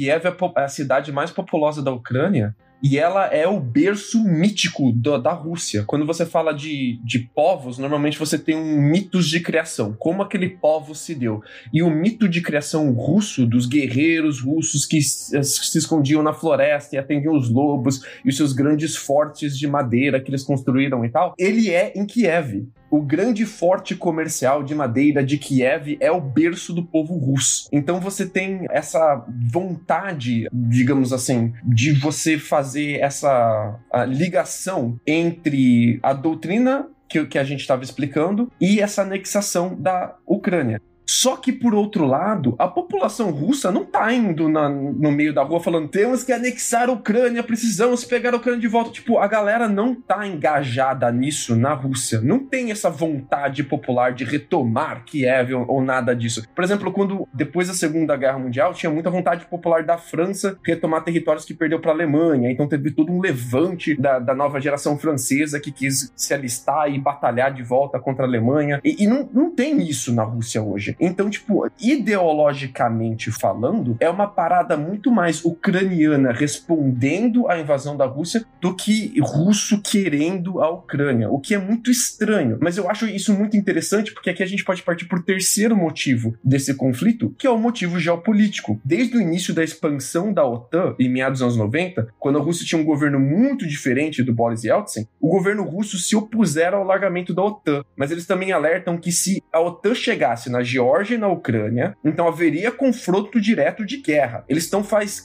é a cidade mais populosa da Ucrânia. E ela é o berço mítico da Rússia. Quando você fala de povos, normalmente você tem mitos de criação. Como aquele povo se deu. E o mito de criação russo, dos guerreiros russos que se escondiam na floresta e atendiam os lobos, e os seus grandes fortes de madeira que eles construíram e tal, ele é em Kiev. O grande forte comercial de madeira de Kiev é o berço do povo russo. Então você tem essa vontade, digamos assim, de você fazer essa ligação entre a doutrina que a gente estava explicando e essa anexação da Ucrânia. Só que, por outro lado, a população russa não tá indo no meio da rua falando temos que anexar a Ucrânia, precisamos pegar a Ucrânia de volta. Tipo, a galera não tá engajada nisso na Rússia. Não tem essa vontade popular de retomar Kiev ou nada disso. Por exemplo, quando depois da Segunda Guerra Mundial, tinha muita vontade popular da França retomar territórios que perdeu pra Alemanha. Então teve todo um levante da nova geração francesa que quis se alistar e batalhar de volta contra a Alemanha. E não tem isso na Rússia hoje. Então, tipo, ideologicamente falando, é uma parada muito mais ucraniana respondendo à invasão da Rússia do que russo querendo a Ucrânia, o que é muito estranho. Mas eu acho isso muito interessante porque aqui a gente pode partir por terceiro motivo desse conflito, que é o motivo geopolítico. Desde o início da expansão da OTAN, em meados dos anos 90, quando a Rússia tinha um governo muito diferente do Boris Yeltsin, o governo russo se opuseram ao alargamento da OTAN. Mas eles também alertam que se a OTAN chegasse na Geórgia e na Ucrânia, então haveria confronto direto de guerra. Eles estão faz,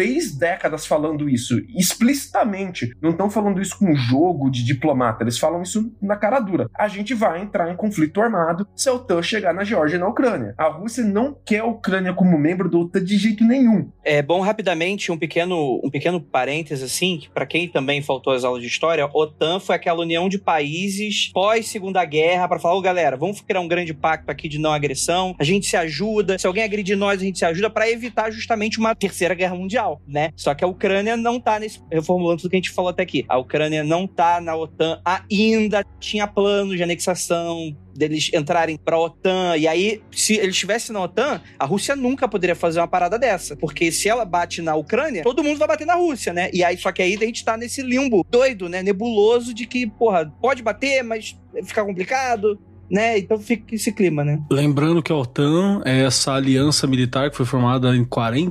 3 décadas falando isso, explicitamente. Não estão falando isso com um jogo de diplomata, eles falam isso na cara dura. A gente vai entrar em conflito armado se a OTAN chegar na Geórgia e na Ucrânia. A Rússia não quer a Ucrânia como membro da OTAN de jeito nenhum. É bom, rapidamente, um pequeno parênteses, assim, que pra quem também faltou as aulas de história, a OTAN foi aquela união de países pós-Segunda Guerra pra falar, galera, vamos criar um grande pacto aqui de não agressão, a gente se ajuda, se alguém agredir nós, a gente se ajuda pra evitar justamente uma terceira guerra mundial, né? Só que a Ucrânia não tá reformulando tudo que a gente falou até aqui, a Ucrânia não tá na OTAN ainda, tinha planos de anexação, deles entrarem pra OTAN, e aí, se eles estivessem na OTAN, a Rússia nunca poderia fazer uma parada dessa, porque se ela bate na Ucrânia, todo mundo vai bater na Rússia, né? E aí, só que aí a gente tá nesse limbo doido, né? Nebuloso de que, pode bater, mas fica complicado, né? Então fica esse clima, né? Lembrando que a OTAN é essa aliança militar que foi formada em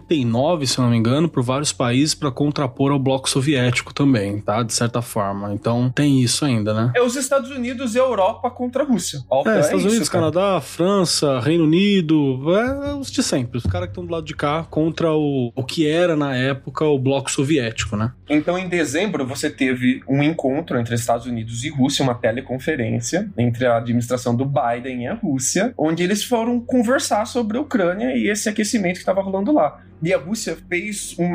49, se eu não me engano, por vários países para contrapor ao bloco soviético também, tá? De certa forma. Então tem isso ainda, né? É os Estados Unidos e a Europa contra a Rússia. A OTAN Estados Unidos, isso, Canadá, França, Reino Unido, os de sempre. Os caras que estão do lado de cá contra o que era na época o bloco soviético, né? Então em dezembro você teve um encontro entre Estados Unidos e Rússia, uma teleconferência entre a administração do Biden e a Rússia, onde eles foram conversar sobre a Ucrânia e esse aquecimento que estava rolando lá. E a Rússia fez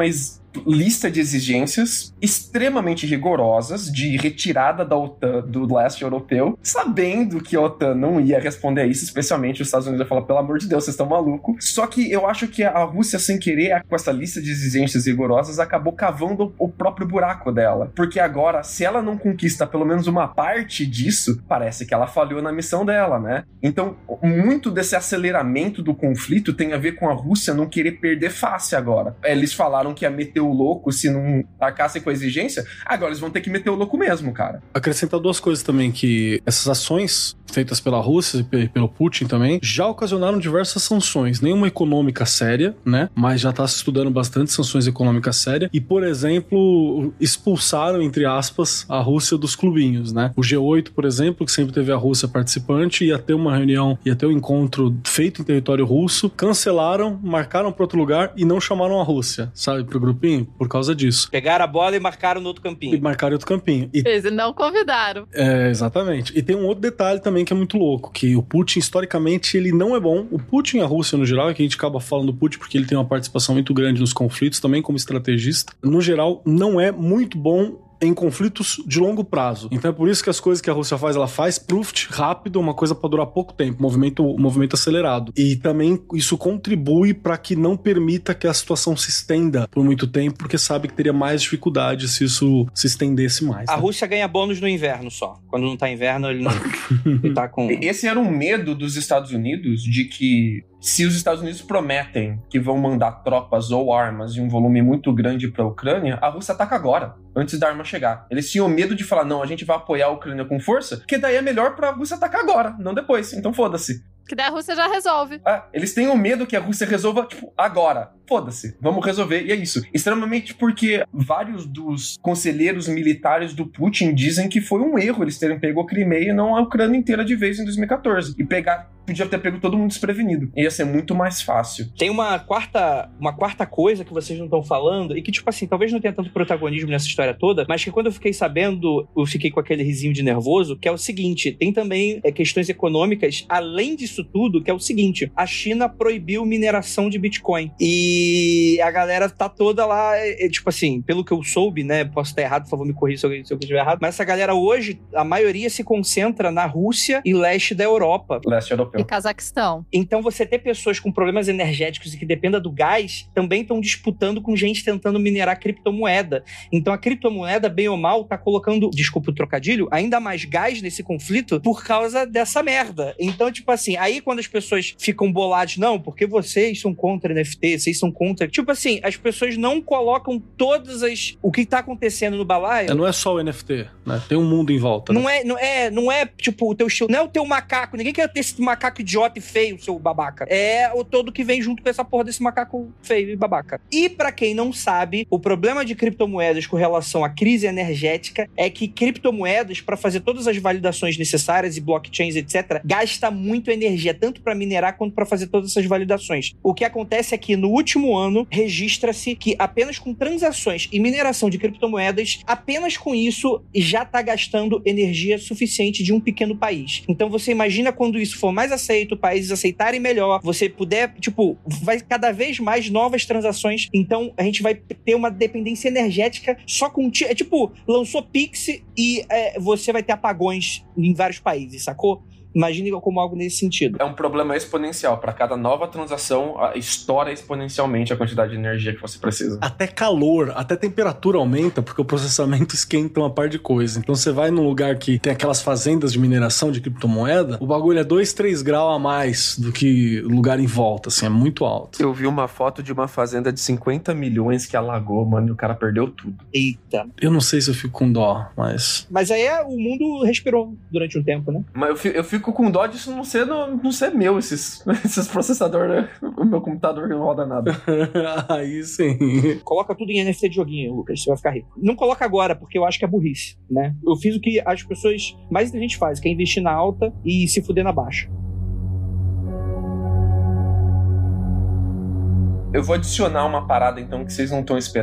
lista de exigências extremamente rigorosas de retirada da OTAN do leste europeu, sabendo que a OTAN não ia responder a isso, especialmente os Estados Unidos ia falar, pelo amor de Deus, vocês estão malucos. Só que eu acho que a Rússia, sem querer, com essa lista de exigências rigorosas, acabou cavando o próprio buraco dela. Porque agora, se ela não conquista pelo menos uma parte disso, parece que ela falhou na missão dela, né? Então, muito desse aceleramento do conflito tem a ver com a Rússia não querer perder face agora. Eles falaram que ia meter o louco se não tacassem com a exigência, agora eles vão ter que meter o louco mesmo, cara. Acrescentar duas coisas também, que essas ações feitas pela Rússia e pelo Putin também, já ocasionaram diversas sanções. Nenhuma econômica séria, né? Mas já está se estudando bastante sanções econômicas sérias. E, por exemplo, expulsaram, entre aspas, a Rússia dos clubinhos, né? O G8, por exemplo, que sempre teve a Rússia participante, ia ter uma reunião, ia ter um encontro feito em território russo, cancelaram, marcaram para outro lugar e não chamaram a Rússia, sabe, pro grupinho, por causa disso. Pegaram a bola e marcaram no outro campinho. E marcaram outro campinho. Eles não convidaram. Exatamente. E tem um outro detalhe também que é muito louco, que o Putin, historicamente, ele não é bom. O Putin e a Rússia, no geral, é que a gente acaba falando do Putin porque ele tem uma participação muito grande nos conflitos, também como estrategista. No geral, não é muito bom em conflitos de longo prazo. Então é por isso que as coisas que a Rússia faz, ela faz proof rápido, uma coisa para durar pouco tempo, movimento acelerado. E também isso contribui para que não permita que a situação se estenda por muito tempo, porque sabe que teria mais dificuldade se isso se estendesse mais. A Rússia ganha bônus no inverno só. Quando não tá inverno, ele não ele tá com... Esse era um medo dos Estados Unidos de que se os Estados Unidos prometem que vão mandar tropas ou armas em um volume muito grande para a Ucrânia, a Rússia ataca agora, antes da arma chegar. Eles tinham medo de falar, não, a gente vai apoiar a Ucrânia com força, porque daí é melhor para a Rússia atacar agora, não depois. Então foda-se. Que daí a Rússia já resolve. Eles têm o medo que a Rússia resolva, tipo, agora. Foda-se, vamos resolver, e é isso. Extremamente porque vários dos conselheiros militares do Putin dizem que foi um erro eles terem pego a Crimeia e não a Ucrânia inteira de vez em 2014. E podia ter pego todo mundo desprevenido. Ia ser muito mais fácil. Tem uma quarta coisa que vocês não estão falando, e que, tipo assim, talvez não tenha tanto protagonismo nessa história toda, mas que quando eu fiquei sabendo, eu fiquei com aquele risinho de nervoso, que é o seguinte, tem também questões econômicas, além disso tudo, que é o seguinte, a China proibiu mineração de Bitcoin. E a galera tá toda lá, tipo assim, pelo que eu soube, né, posso estar errado, por favor me corrija se eu estiver errado, mas essa galera hoje, a maioria se concentra na Rússia e leste da Europa. Leste europeu. E Cazaquistão. Então você ter pessoas com problemas energéticos e que dependam do gás, também estão disputando com gente tentando minerar criptomoeda. Então a criptomoeda, bem ou mal, tá colocando, desculpa o trocadilho, ainda mais gás nesse conflito por causa dessa merda. Então, tipo assim, aí quando as pessoas ficam boladas, não, porque vocês são contra NFT, vocês são contra... Tipo assim, as pessoas não colocam todas as... O que tá acontecendo no balaio... Não é só o NFT, né? Tem um mundo em volta. Não, né? não é tipo o teu estilo, não é o teu macaco, ninguém quer ter esse macaco idiota e feio, seu babaca. É o todo que vem junto com essa porra desse macaco feio e babaca. E pra quem não sabe, o problema de criptomoedas com relação à crise energética é que criptomoedas, pra fazer todas as validações necessárias e blockchains, etc., gasta muito energia, tanto pra minerar quanto pra fazer todas essas validações. O que acontece é que no último ano registra-se que apenas com transações e mineração de criptomoedas, apenas com isso já tá gastando energia suficiente de um pequeno país. Então você imagina quando isso for mais aceito, países aceitarem melhor, você puder, tipo, vai cada vez mais novas transações, então a gente vai ter uma dependência energética só com... É tipo, lançou Pix e você vai ter apagões em vários países, sacou? Imagine como algo nesse sentido. É um problema exponencial. Para cada nova transação, estoura exponencialmente a quantidade de energia que você precisa. Até calor, até temperatura aumenta, porque o processamento esquenta uma par de coisas. Então você vai num lugar que tem aquelas fazendas de mineração de criptomoeda, o bagulho é 2, 3 graus a mais do que o lugar em volta, assim, é muito alto. Eu vi uma foto de uma fazenda de 50 milhões que alagou, mano, e o cara perdeu tudo. Eita. Eu não sei se eu fico com dó, mas... Mas aí o mundo respirou durante um tempo, né? Mas eu fico com dó disso não ser meu, esses processadores, né? O meu computador não roda nada. Aí sim. Coloca tudo em NFT de joguinho, Lucas, você vai ficar rico. Não coloca agora, porque eu acho que é burrice, né? Eu fiz o que as pessoas mais inteligentes fazem, que é investir na alta e se fuder na baixa. Eu vou adicionar uma parada, então, que vocês não estão esperando,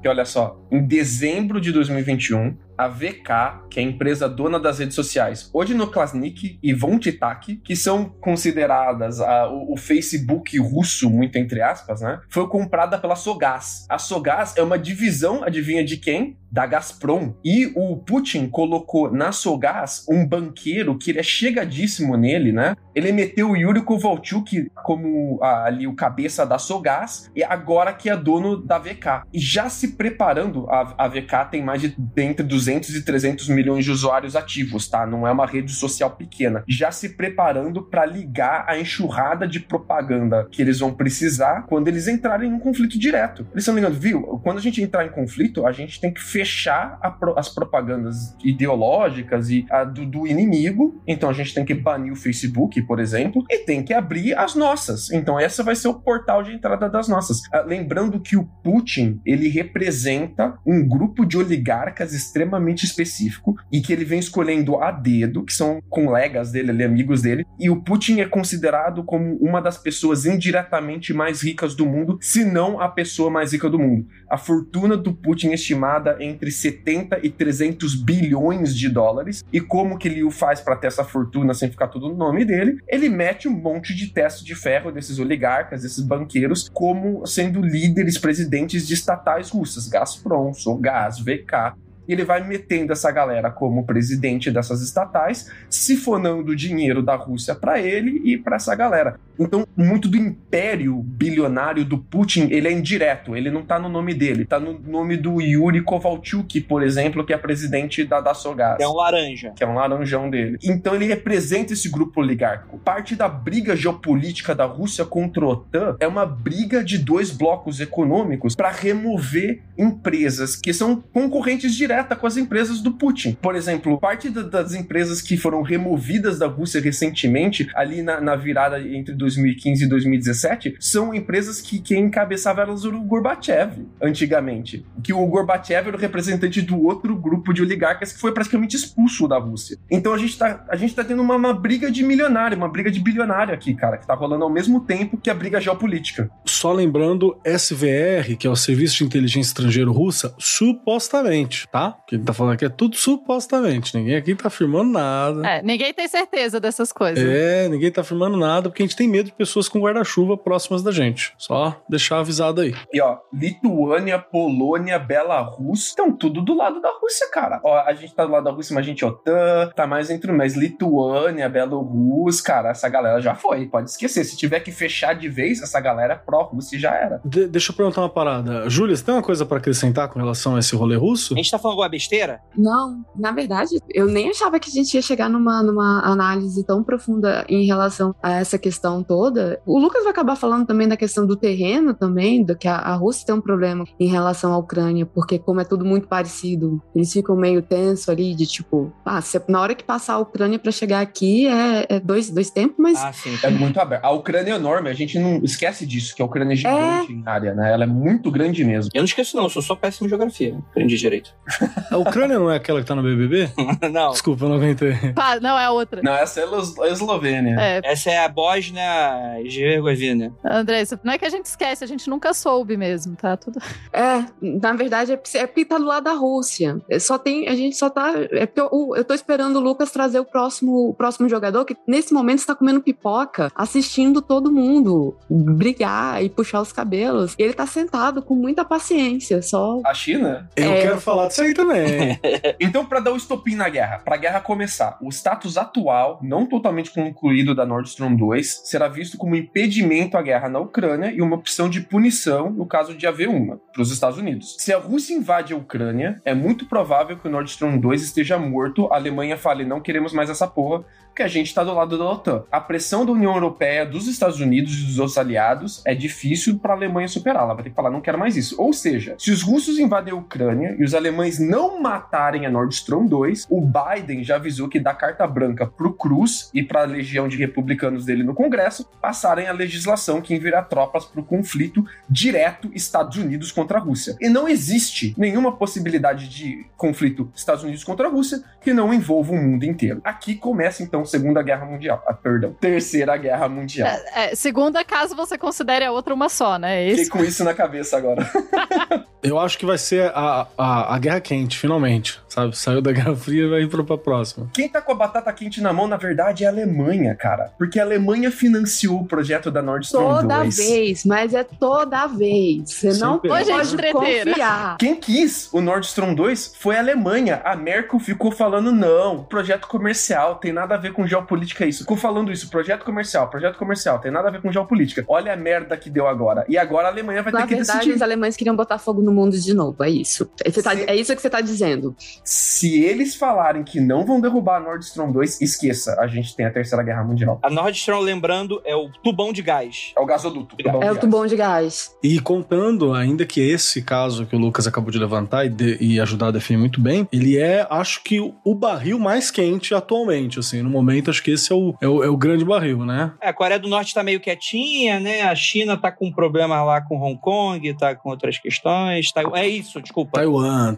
que olha só, em dezembro de 2021, a VK, que é a empresa dona das redes sociais Odnoklassniki e Vontitak, que são consideradas o Facebook russo, muito entre aspas, né? Foi comprada pela Sogaz. A Sogaz é uma divisão, adivinha de quem? Da Gazprom. E o Putin colocou na Sogaz um banqueiro que ele é chegadíssimo nele, né? Ele meteu o Yuri Kovalchuk como ali o cabeça da Sogaz e agora que é dono da VK. E já se preparando, a VK tem mais de entre 200 e 300 milhões de usuários ativos, tá? Não é uma rede social pequena. Já se preparando para ligar a enxurrada de propaganda que eles vão precisar quando eles entrarem em um conflito direto. Eles estão ligando, viu? Quando a gente entrar em conflito, a gente tem que fechar as propagandas ideológicas e do inimigo. Então a gente tem que banir o Facebook, por exemplo, e tem que abrir as nossas. Então essa vai ser o portal de entrada das nossas. Lembrando que o Putin, ele representa um grupo de oligarcas extremamente específico e que ele vem escolhendo a dedo, que são colegas dele, ali, amigos dele, e o Putin é considerado como uma das pessoas indiretamente mais ricas do mundo, se não a pessoa mais rica do mundo. A fortuna do Putin é estimada entre 70 e 300 bilhões de dólares, e como que ele o faz para ter essa fortuna sem ficar tudo no nome dele? Ele mete um monte de teste de ferro desses oligarcas, desses banqueiros, como sendo líderes, presidentes de estatais russas, Gazprom, Sogaz, VK. E ele vai metendo essa galera como presidente dessas estatais, sifonando o dinheiro da Rússia para ele e para essa galera. Então, muito do império bilionário do Putin, ele é indireto, ele não tá no nome dele, tá no nome do Yuri Kovalchuk, por exemplo, que é presidente da Sogaz. Que é um laranja. Que é um laranjão dele. Então ele representa esse grupo oligárquico. Parte da briga geopolítica da Rússia contra a OTAN é uma briga de dois blocos econômicos para remover empresas que são concorrentes direta com as empresas do Putin. Por exemplo, parte das empresas que foram removidas da Rússia recentemente, ali na virada entre 2015 e 2017, são empresas que quem encabeçava elas era o Gorbachev, antigamente. Que o Gorbachev era o representante do outro grupo de oligarcas que foi praticamente expulso da Rússia. Então a gente tá tendo uma briga de milionário, uma briga de bilionário aqui, cara, que tá rolando ao mesmo tempo que a briga geopolítica. Só lembrando, SVR, que é o Serviço de Inteligência Estrangeiro Russa, supostamente, tá? Que ele tá falando aqui é tudo supostamente. Ninguém aqui tá afirmando nada. Ninguém tem certeza dessas coisas. Ninguém tá afirmando nada, porque a gente tem medo de pessoas com guarda-chuva próximas da gente. Só deixar avisado aí. E ó, Lituânia, Polônia, Belarus, estão tudo do lado da Rússia, cara. Ó, a gente tá do lado da Rússia, mas a gente OTAN, tá mais entre mais Lituânia, Belarus, cara, essa galera já foi, pode esquecer. Se tiver que fechar de vez, essa galera pró-Rússia já era. Deixa eu perguntar uma parada. Júlia, você tem uma coisa pra acrescentar com relação a esse rolê russo? A gente tá falando alguma besteira? Não, na verdade, eu nem achava que a gente ia chegar numa análise tão profunda em relação a essa questão toda. O Lucas vai acabar falando também da questão do terreno também, do que a Rússia tem um problema em relação à Ucrânia, porque como é tudo muito parecido, eles ficam meio tenso ali de tipo, na hora que passar a Ucrânia pra chegar aqui é dois tempos, mas... sim. É muito aberto. A Ucrânia é enorme, a gente não esquece disso, que a Ucrânia é gigante em área, né? Ela é muito grande mesmo. Eu não esqueço não, eu sou só péssimo em geografia, aprendi direito. A Ucrânia não é aquela que tá no BBB? Não. Desculpa, eu não aguentei. Não, é a outra. Não, essa é a Eslovênia. Essa é a Bósnia e Herzegovina. André, isso não é que a gente esquece, a gente nunca soube mesmo, tá? Tudo... na verdade, é porque tá do lado da Rússia. A gente só tá... É porque eu tô esperando o Lucas trazer o próximo jogador, que nesse momento está comendo pipoca, assistindo todo mundo brigar e puxar os cabelos. E ele tá sentado com muita paciência, só... A China? Eu quero falar disso aí também. Então, pra dar o estopim na guerra, pra guerra começar, o status atual, não totalmente concluído da Nord Stream 2, será visto como impedimento à guerra na Ucrânia e uma opção de punição no caso de haver uma, pros Estados Unidos. Se a Rússia invade a Ucrânia, é muito provável que o Nord Stream 2 esteja morto, a Alemanha fale, não queremos mais essa porra, porque a gente tá do lado da OTAN. A pressão da União Europeia, dos Estados Unidos e dos outros aliados é difícil pra Alemanha superar. Ela vai ter que falar, não quero mais isso. Ou seja, se os russos invadem a Ucrânia e os alemães não matarem a Nord Stream 2, o Biden já avisou que dá carta branca pro Cruz e pra legião de republicanos dele no Congresso passarem a legislação que enviará tropas pro conflito direto Estados Unidos contra a Rússia. E não existe nenhuma possibilidade de conflito Estados Unidos contra a Rússia que não envolva o mundo inteiro. Aqui começa então a Segunda Guerra Mundial. Terceira Guerra Mundial. Segunda, caso você considere a outra uma só, né? Fiquei com isso na cabeça agora. Eu acho que vai ser a Guerra Quente, finalmente, sabe? Saiu da Guerra Fria e vai ir pra próxima. Quem tá com a batata quente na mão, na verdade, é a Alemanha, cara. Porque a Alemanha financiou o projeto da Nord Stream 2. Toda vez, mas é toda vez. Você não pode confiar. Quem quis o Nord Stream 2 foi a Alemanha. A Merkel ficou falando, não, projeto comercial, tem nada a ver com geopolítica isso. Ficou falando isso, projeto comercial, tem nada a ver com geopolítica. Olha a merda que deu agora. E agora a Alemanha vai ter que decidir. Na verdade, os alemães queriam botar fogo no mundo de novo, é isso. É isso que você tá dizendo. Se eles falarem que não vão derrubar a Nord Stream 2, esqueça, a gente tem a Terceira Guerra Mundial. A Nord Stream, lembrando, é o tubão de gás. É o gasoduto. O tubão de gás. E contando ainda que esse caso que o Lucas acabou de levantar e ajudar a definir muito bem, ele é, acho que, o barril mais quente atualmente, assim, no momento acho que esse é o grande barril, né? A Coreia do Norte tá meio quietinha, né? A China tá com problema lá com Hong Kong, tá com outras questões. É isso, desculpa. Taiwan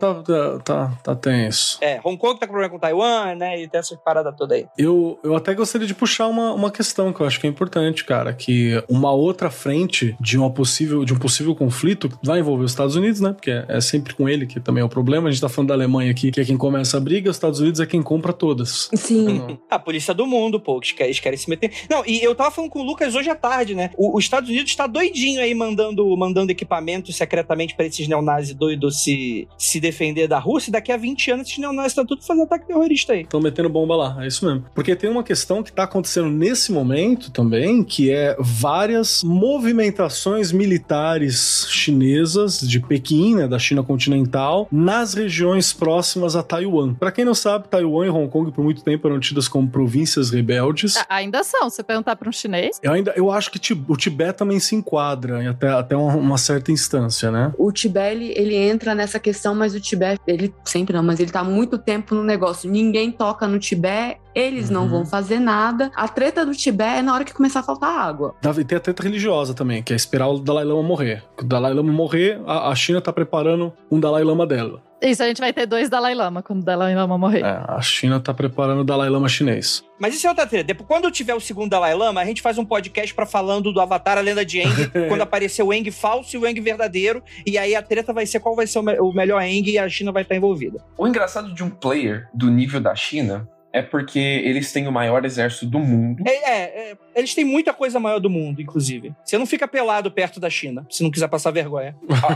tá tenso. Hong Kong tá com problema com Taiwan, né? E tem essas paradas todas aí. Eu até gostaria de puxar uma questão que eu acho que é importante, cara, que uma outra frente de um possível conflito vai envolver os Estados Unidos, né? Porque é sempre com ele que também é o problema. A gente tá falando da Alemanha aqui, que é quem começa a briga, os Estados Unidos é quem compra todas. Sim. A polícia do mundo, pô, eles querem se meter. Não, e eu tava falando com o Lucas hoje à tarde, né? Os Estados Unidos tá doidinho aí mandando equipamento secretamente pra esses neonazis doidos se defender da Rússia, e daqui a 20 anos esses neonazis estão tudo fazendo ataque terrorista aí. Estão metendo bomba lá, é isso mesmo. Porque tem uma questão que tá acontecendo nesse momento também, que é várias movimentações militares chinesas de Pequim, né, da China continental, nas regiões próximas a Taiwan. Pra quem não sabe, Taiwan e Hong Kong por muito tempo eram tidas como províncias rebeldes. Ainda são, se perguntar pra um chinês. Eu acho que o Tibete também se enquadra até uma certa instância, né? O Tibete, ele entra nessa questão, mas o Tibete, ele sempre não, mas ele tá há muito tempo no negócio. Ninguém toca no Tibete, eles não vão fazer nada. A treta do Tibete é na hora que começar a faltar água. E tem a treta religiosa também, que é esperar o Dalai Lama morrer. O Dalai Lama morrer, a China tá preparando um Dalai Lama dela. Isso, a gente vai ter 2 Dalai Lama quando o Dalai Lama morrer. A China tá preparando o Dalai Lama chinês. Mas isso é outra treta. Depois, quando tiver o segundo Dalai Lama, a gente faz um podcast falando do Avatar, a Lenda de Aang, quando aparecer o Aang falso e o Aang verdadeiro, e aí a treta vai ser qual vai ser o melhor Aang e a China vai estar envolvida. O engraçado de um player do nível da China é porque eles têm o maior exército do mundo. Eles têm muita coisa maior do mundo, inclusive. Você não fica pelado perto da China, se não quiser passar vergonha.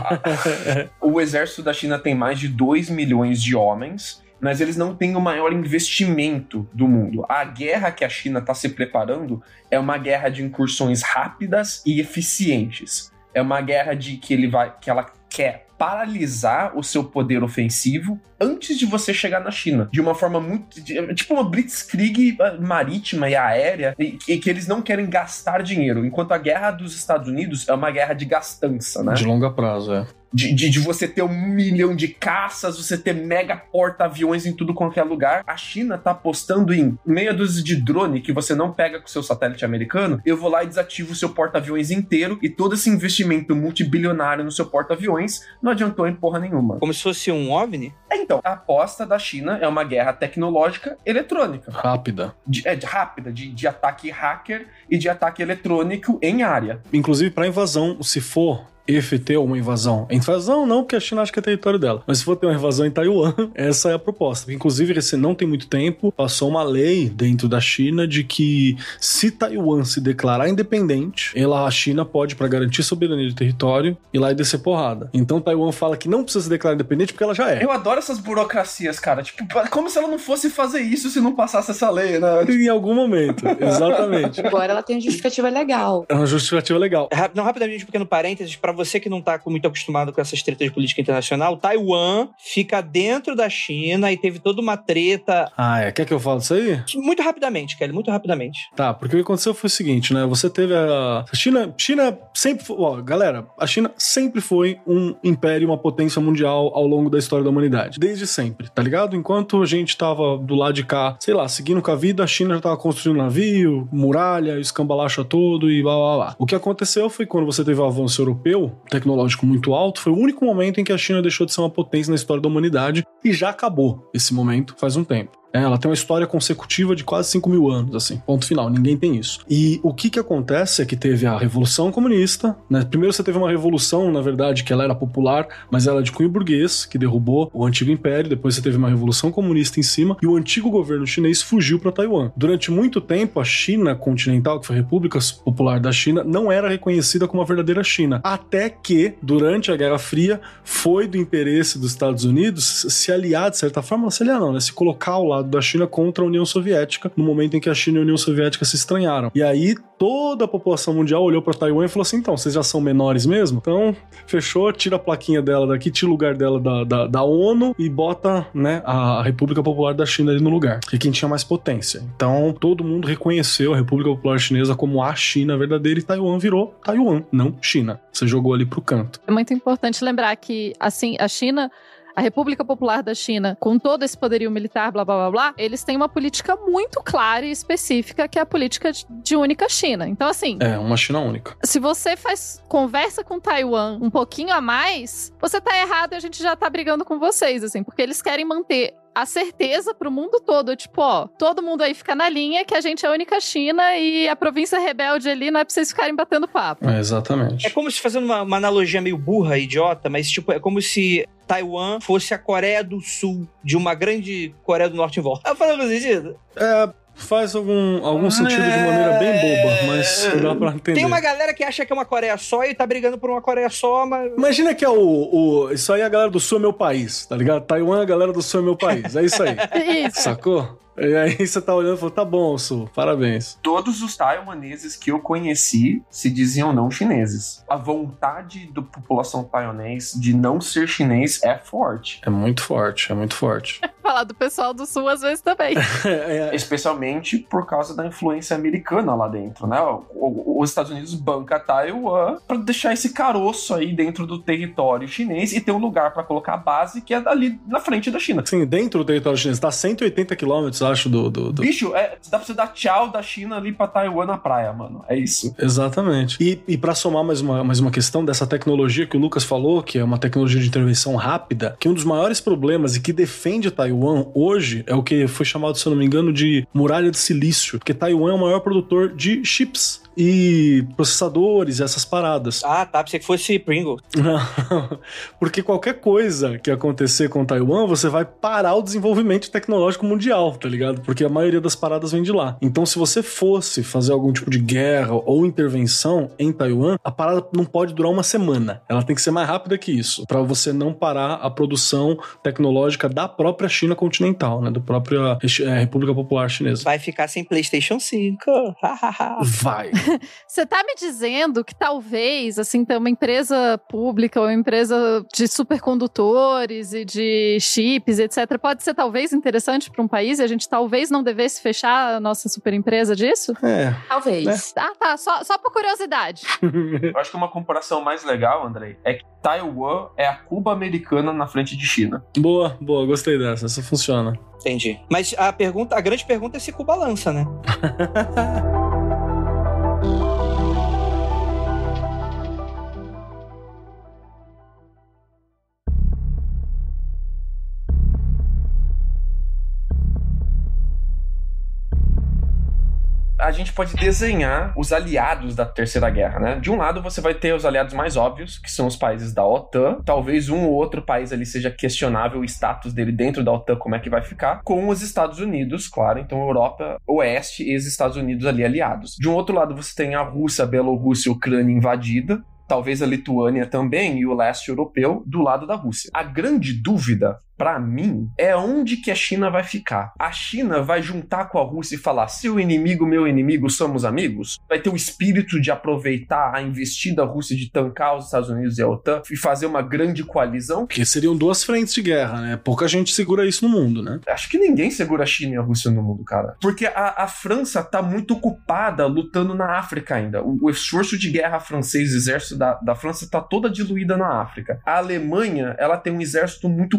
O exército da China tem mais de 2 milhões de homens, mas eles não têm o maior investimento do mundo. A guerra que a China está se preparando é uma guerra de incursões rápidas e eficientes. É uma guerra que ela quer paralisar o seu poder ofensivo antes de você chegar na China. De uma forma muito... tipo uma blitzkrieg marítima e aérea, e que eles não querem gastar dinheiro. Enquanto a guerra dos Estados Unidos é uma guerra de gastança, né? De longo prazo, é. De você ter 1 milhão de caças, você ter mega porta-aviões em tudo qualquer lugar. A China tá apostando em meia dúzia de drone que você não pega com o seu satélite americano. Eu vou lá e desativo o seu porta-aviões inteiro, e todo esse investimento multibilionário no seu porta-aviões não adiantou em porra nenhuma. Como se fosse um OVNI? Então, a aposta da China é uma guerra tecnológica eletrônica. Rápida. Rápida, de ataque hacker e de ataque eletrônico em área. Inclusive, para invasão, se for ter uma invasão. Invasão não, porque a China acha que é território dela. Mas se for ter uma invasão em Taiwan, essa é a proposta. Inclusive, não tem muito tempo, passou uma lei dentro da China de que se Taiwan se declarar independente, a China pode, para garantir soberania de território, ir lá e descer porrada. Então Taiwan fala que não precisa se declarar independente porque ela já é. Eu adoro essas burocracias, cara. Tipo, como se ela não fosse fazer isso se não passasse essa lei, né? Em algum momento, exatamente. Agora ela tem uma justificativa legal. É uma justificativa legal. Não, rapidamente, um pequeno parênteses, pra você que não tá muito acostumado com essas tretas de política internacional, Taiwan fica dentro da China e teve toda uma treta... Quer que eu fale isso aí? Muito rapidamente, Kelly, muito rapidamente. Tá, porque o que aconteceu foi o seguinte, né? Você teve a China sempre foi... galera, a China sempre foi um império, uma potência mundial ao longo da história da humanidade. Desde sempre, tá ligado? Enquanto a gente tava do lado de cá, sei lá, seguindo com a vida, a China já tava construindo navio, muralha, escambalacha todo e blá blá blá. O que aconteceu foi quando você teve o avanço europeu, tecnológico muito alto, foi o único momento em que a China deixou de ser uma potência na história da humanidade, e já acabou esse momento faz um tempo. Ela tem uma história consecutiva de quase 5 mil anos, assim, ponto final, ninguém tem isso. E o que acontece é que teve a Revolução Comunista, né? Primeiro você teve uma revolução, na verdade, que ela era popular, mas ela era de cunho burguês, que derrubou o antigo império, depois você teve uma revolução comunista em cima, e o antigo governo chinês fugiu para Taiwan. Durante muito tempo, a China continental, que foi a República Popular da China, não era reconhecida como a verdadeira China, até que, durante a Guerra Fria, foi do interesse dos Estados Unidos se aliar, de certa forma, se aliar não, né? Se colocar ao lado da China contra a União Soviética, no momento em que a China e a União Soviética se estranharam. E aí, toda a população mundial olhou para Taiwan e falou assim, então, vocês já são menores mesmo? Então, fechou, tira a plaquinha dela daqui, tira o lugar dela da ONU e bota, né, a República Popular da China ali no lugar, que é quem tinha mais potência. Então, todo mundo reconheceu a República Popular Chinesa como a China verdadeira e Taiwan virou Taiwan, não China. Você jogou ali pro canto. É muito importante lembrar que, assim, a China... A República Popular da China, com todo esse poderio militar, blá, blá, blá, blá, eles têm uma política muito clara e específica, que é a política de única China. Então, assim... É, uma China única. Se você conversa com Taiwan um pouquinho a mais, você tá errado e a gente já tá brigando com vocês, assim, porque eles querem manter a certeza pro mundo todo, tipo, ó, todo mundo aí fica na linha que a gente é a única China e a província rebelde ali não é pra vocês ficarem batendo papo. É, exatamente. É como se, fazendo uma analogia meio burra, idiota, mas tipo, é como se Taiwan fosse a Coreia do Sul de uma grande Coreia do Norte em volta. Tá falando sentido? Faz algum sentido de maneira bem boba, mas dá pra entender. Tem uma galera que acha que é uma Coreia só e tá brigando por uma Coreia só, mas... Imagina que é isso aí é a galera do Sul é meu país, tá ligado? Taiwan é a galera do Sul é meu país, é isso aí. Isso. Sacou? E aí você tá olhando e falou, tá bom, Sul, parabéns. Todos os taiwaneses que eu conheci se diziam não chineses. A vontade da população taiwanês de não ser chinês é forte. É muito forte, é muito forte. Falar do pessoal do Sul às vezes também. Especialmente por causa da influência americana lá dentro, né? Os Estados Unidos banca Taiwan pra deixar esse caroço aí dentro do território chinês e ter um lugar pra colocar a base que é ali na frente da China. Sim, dentro do território chinês, tá 180 quilômetros, acho, do... Bicho, dá pra você dar tchau da China ali pra Taiwan na praia, mano. É isso. Exatamente. E pra somar mais uma questão dessa tecnologia que o Lucas falou, que é uma tecnologia de intervenção rápida, que um dos maiores problemas e que defende Taiwan hoje é o que foi chamado, se eu não me engano, de muralha de silício, porque Taiwan é o maior produtor de chips e processadores e essas paradas. Ah, tá, pensei que fosse Pringles. Não, porque qualquer coisa que acontecer com Taiwan, você vai parar o desenvolvimento tecnológico mundial, tá ligado? Porque a maioria das paradas vem de lá. Então, se você fosse fazer algum tipo de guerra ou intervenção em Taiwan, a parada não pode durar uma semana. Ela tem que ser mais rápida que isso, pra você não parar a produção tecnológica da própria China continental, né? Da própria República Popular Chinesa. Vai ficar sem PlayStation 5. Vai. Você tá me dizendo que talvez, assim, ter uma empresa pública ou uma empresa de supercondutores e de chips, etc., pode ser talvez interessante para um país e a gente talvez não devesse fechar a nossa super empresa disso? Talvez. Ah, tá. Só por curiosidade. Eu acho que uma comparação mais legal, Andrei, é que Taiwan é a Cuba americana na frente de China. Boa, gostei dessa. Essa funciona. Entendi. Mas a grande pergunta é se Cuba lança, né? A gente pode desenhar os aliados da Terceira Guerra, né? De um lado, você vai ter os aliados mais óbvios, que são os países da OTAN. Talvez um ou outro país ali seja questionável o status dele dentro da OTAN, como é que vai ficar. Com os Estados Unidos, claro. Então, Europa, Oeste e os Estados Unidos ali aliados. De um outro lado, você tem a Rússia, a Bielorrússia e a Ucrânia invadida. Talvez a Lituânia também e o leste europeu do lado da Rússia. A grande dúvida, pra mim, é onde que a China vai ficar. A China vai juntar com a Rússia e falar, seu inimigo, meu inimigo, somos amigos? Vai ter o espírito de aproveitar a investida Rússia de tancar os Estados Unidos e a OTAN e fazer uma grande coalizão? Porque seriam duas frentes de guerra, né? Pouca gente segura isso no mundo, né? Acho que ninguém segura a China e a Rússia no mundo, cara. Porque a França tá muito ocupada lutando na África ainda. O esforço de guerra francês, o exército da França tá toda diluída na África. A Alemanha, ela tem um exército muito contido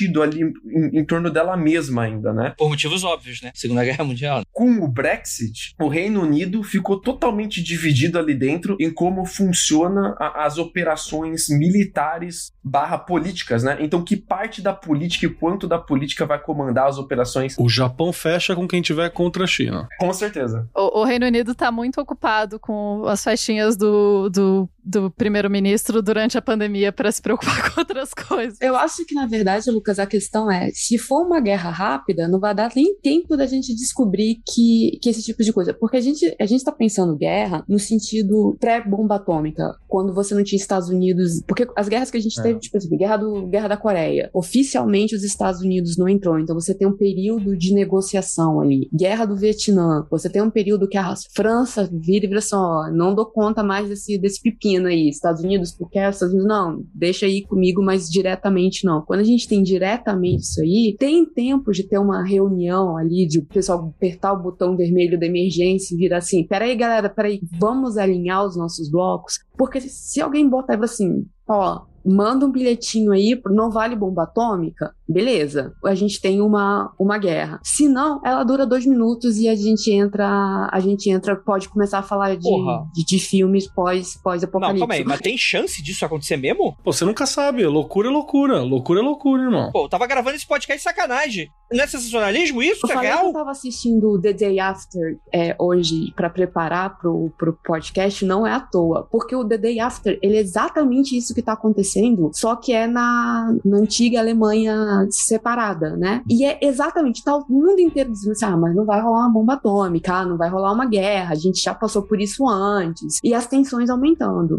mantido ali em torno dela mesma ainda, né? Por motivos óbvios, né? Segunda Guerra Mundial. Com o Brexit, o Reino Unido ficou totalmente dividido ali dentro em como funciona as operações militares / políticas, né? Então, que parte da política e quanto da política vai comandar as operações? O Japão fecha com quem tiver contra a China. Com certeza. O Reino Unido tá muito ocupado com as festinhas do primeiro-ministro durante a pandemia para se preocupar com outras coisas. Eu acho que, na verdade, Lucas, a questão é, se for uma guerra rápida, não vai dar nem tempo da gente descobrir que esse tipo de coisa. Porque a gente tá pensando guerra no sentido pré-bomba atômica, quando você não tinha Estados Unidos... Porque as guerras que a gente teve, tipo assim, guerra da Coreia, oficialmente os Estados Unidos não entrou, então você tem um período de negociação ali. Guerra do Vietnã, você tem um período que a França vira e vira assim, ó, não dou conta mais desse pepino aí, Estados Unidos, porque Estados Unidos, não, deixa aí comigo, mas diretamente não. Quando a gente tem diretamente isso aí, tem tempo de ter uma reunião ali, de o pessoal apertar o botão vermelho da emergência e virar assim, peraí galera, vamos alinhar os nossos blocos, porque se alguém botar assim, ó, manda um bilhetinho aí, não vale bomba atômica, beleza, a gente tem uma guerra. Se não, ela dura 2 minutos e a gente entra, pode começar a falar de filmes pós-apocalipse. Não, calma aí, mas tem chance disso acontecer mesmo? Pô, você nunca sabe, loucura é loucura, loucura é loucura, irmão. Pô, eu tava gravando esse podcast de sacanagem. Não é sensacionalismo isso? Eu falei que eu tava assistindo The Day After hoje pra preparar pro podcast, não é à toa, porque o The Day After, ele é exatamente isso que tá acontecendo, só que é na antiga Alemanha separada, né? E é exatamente, tá o mundo inteiro dizendo assim, mas não vai rolar uma bomba atômica, não vai rolar uma guerra, a gente já passou por isso antes. E as tensões aumentando.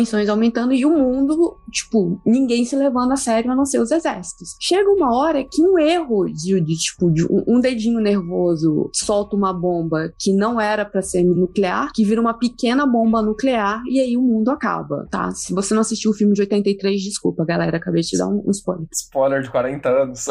E o mundo, tipo, ninguém se levando a sério a não ser os exércitos. Chega uma hora que um erro de um dedinho nervoso solta uma bomba que não era pra ser nuclear, que vira uma pequena bomba nuclear, e aí o mundo acaba, tá? Se você não assistiu o filme de 83, desculpa, galera, acabei de te dar um spoiler. Spoiler de 40 anos.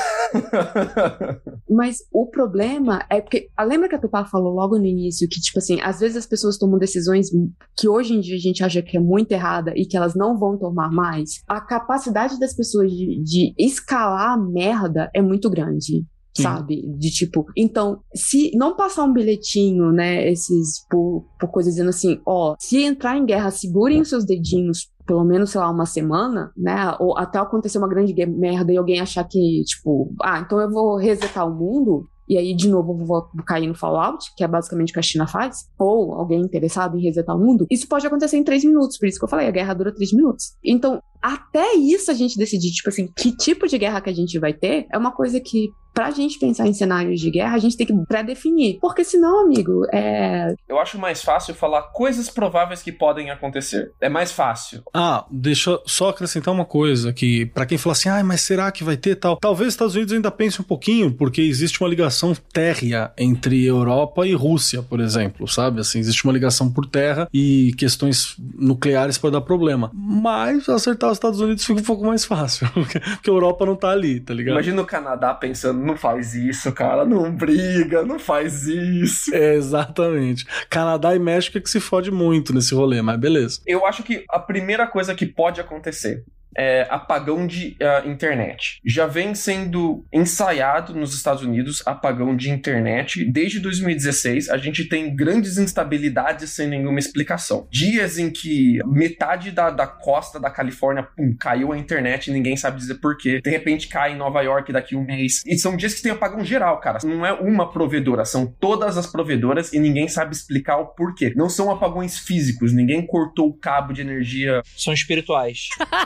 Mas o problema é porque, lembra que a Tupá falou logo no início que, tipo assim, às vezes as pessoas tomam decisões que hoje em dia a gente acha que é muito errada e que elas não vão tomar mais. A capacidade das pessoas de escalar a merda é muito grande. Sabe? De tipo, então, se não passar um bilhetinho, né, por coisa dizendo assim, se entrar em guerra, segurem os seus dedinhos pelo menos, sei lá, uma semana, né, ou até acontecer uma grande merda e alguém achar que, tipo, então eu vou resetar o mundo, e aí, de novo, eu vou cair no Fallout, que é basicamente o que a China faz, ou alguém interessado em resetar o mundo, isso pode acontecer em 3 minutos, por isso que eu falei, a guerra dura 3 minutos. Então, até isso a gente decidir, tipo assim, que tipo de guerra que a gente vai ter, é uma coisa que, pra gente pensar em cenários de guerra, a gente tem que pré-definir. Porque senão, amigo, Eu acho mais fácil falar coisas prováveis que podem acontecer. É mais fácil. Deixa eu só acrescentar uma coisa, que pra quem fala assim, mas será que vai ter tal? Talvez os Estados Unidos ainda pense um pouquinho, porque existe uma ligação térrea entre Europa e Rússia, por exemplo, sabe? Assim, existe uma ligação por terra e questões nucleares podem dar problema. Mas acertar os Estados Unidos fica um pouco mais fácil, porque a Europa não tá ali, tá ligado? Imagina o Canadá pensando, não faz isso, cara, não briga, não faz isso. Exatamente. Canadá e México é que se fode muito nesse rolê, mas beleza. Eu acho que a primeira coisa que pode acontecer é apagão de internet. Já vem sendo ensaiado nos Estados Unidos apagão de internet. Desde 2016, a gente tem grandes instabilidades sem nenhuma explicação. Dias em que metade da costa da Califórnia caiu a internet e ninguém sabe dizer por quê. De repente cai em Nova York daqui um mês. E são dias que tem apagão geral, cara. Não é uma provedora, são todas as provedoras e ninguém sabe explicar o porquê. Não são apagões físicos, ninguém cortou o cabo de energia. São espirituais.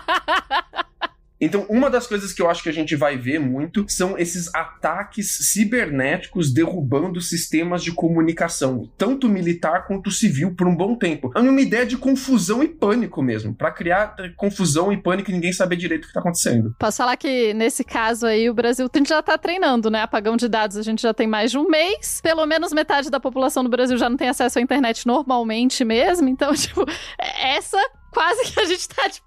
Então, uma das coisas que eu acho que a gente vai ver muito são esses ataques cibernéticos derrubando sistemas de comunicação, tanto militar quanto civil, por um bom tempo. É uma ideia de confusão e pânico mesmo, pra criar confusão e pânico e ninguém saber direito o que tá acontecendo. Posso falar que, nesse caso aí, o Brasil já tá treinando, né? Apagão de dados, a gente já tem mais de um mês. Pelo menos metade da população do Brasil já não tem acesso à internet normalmente mesmo. Então, tipo, essa... quase que a gente tá tipo,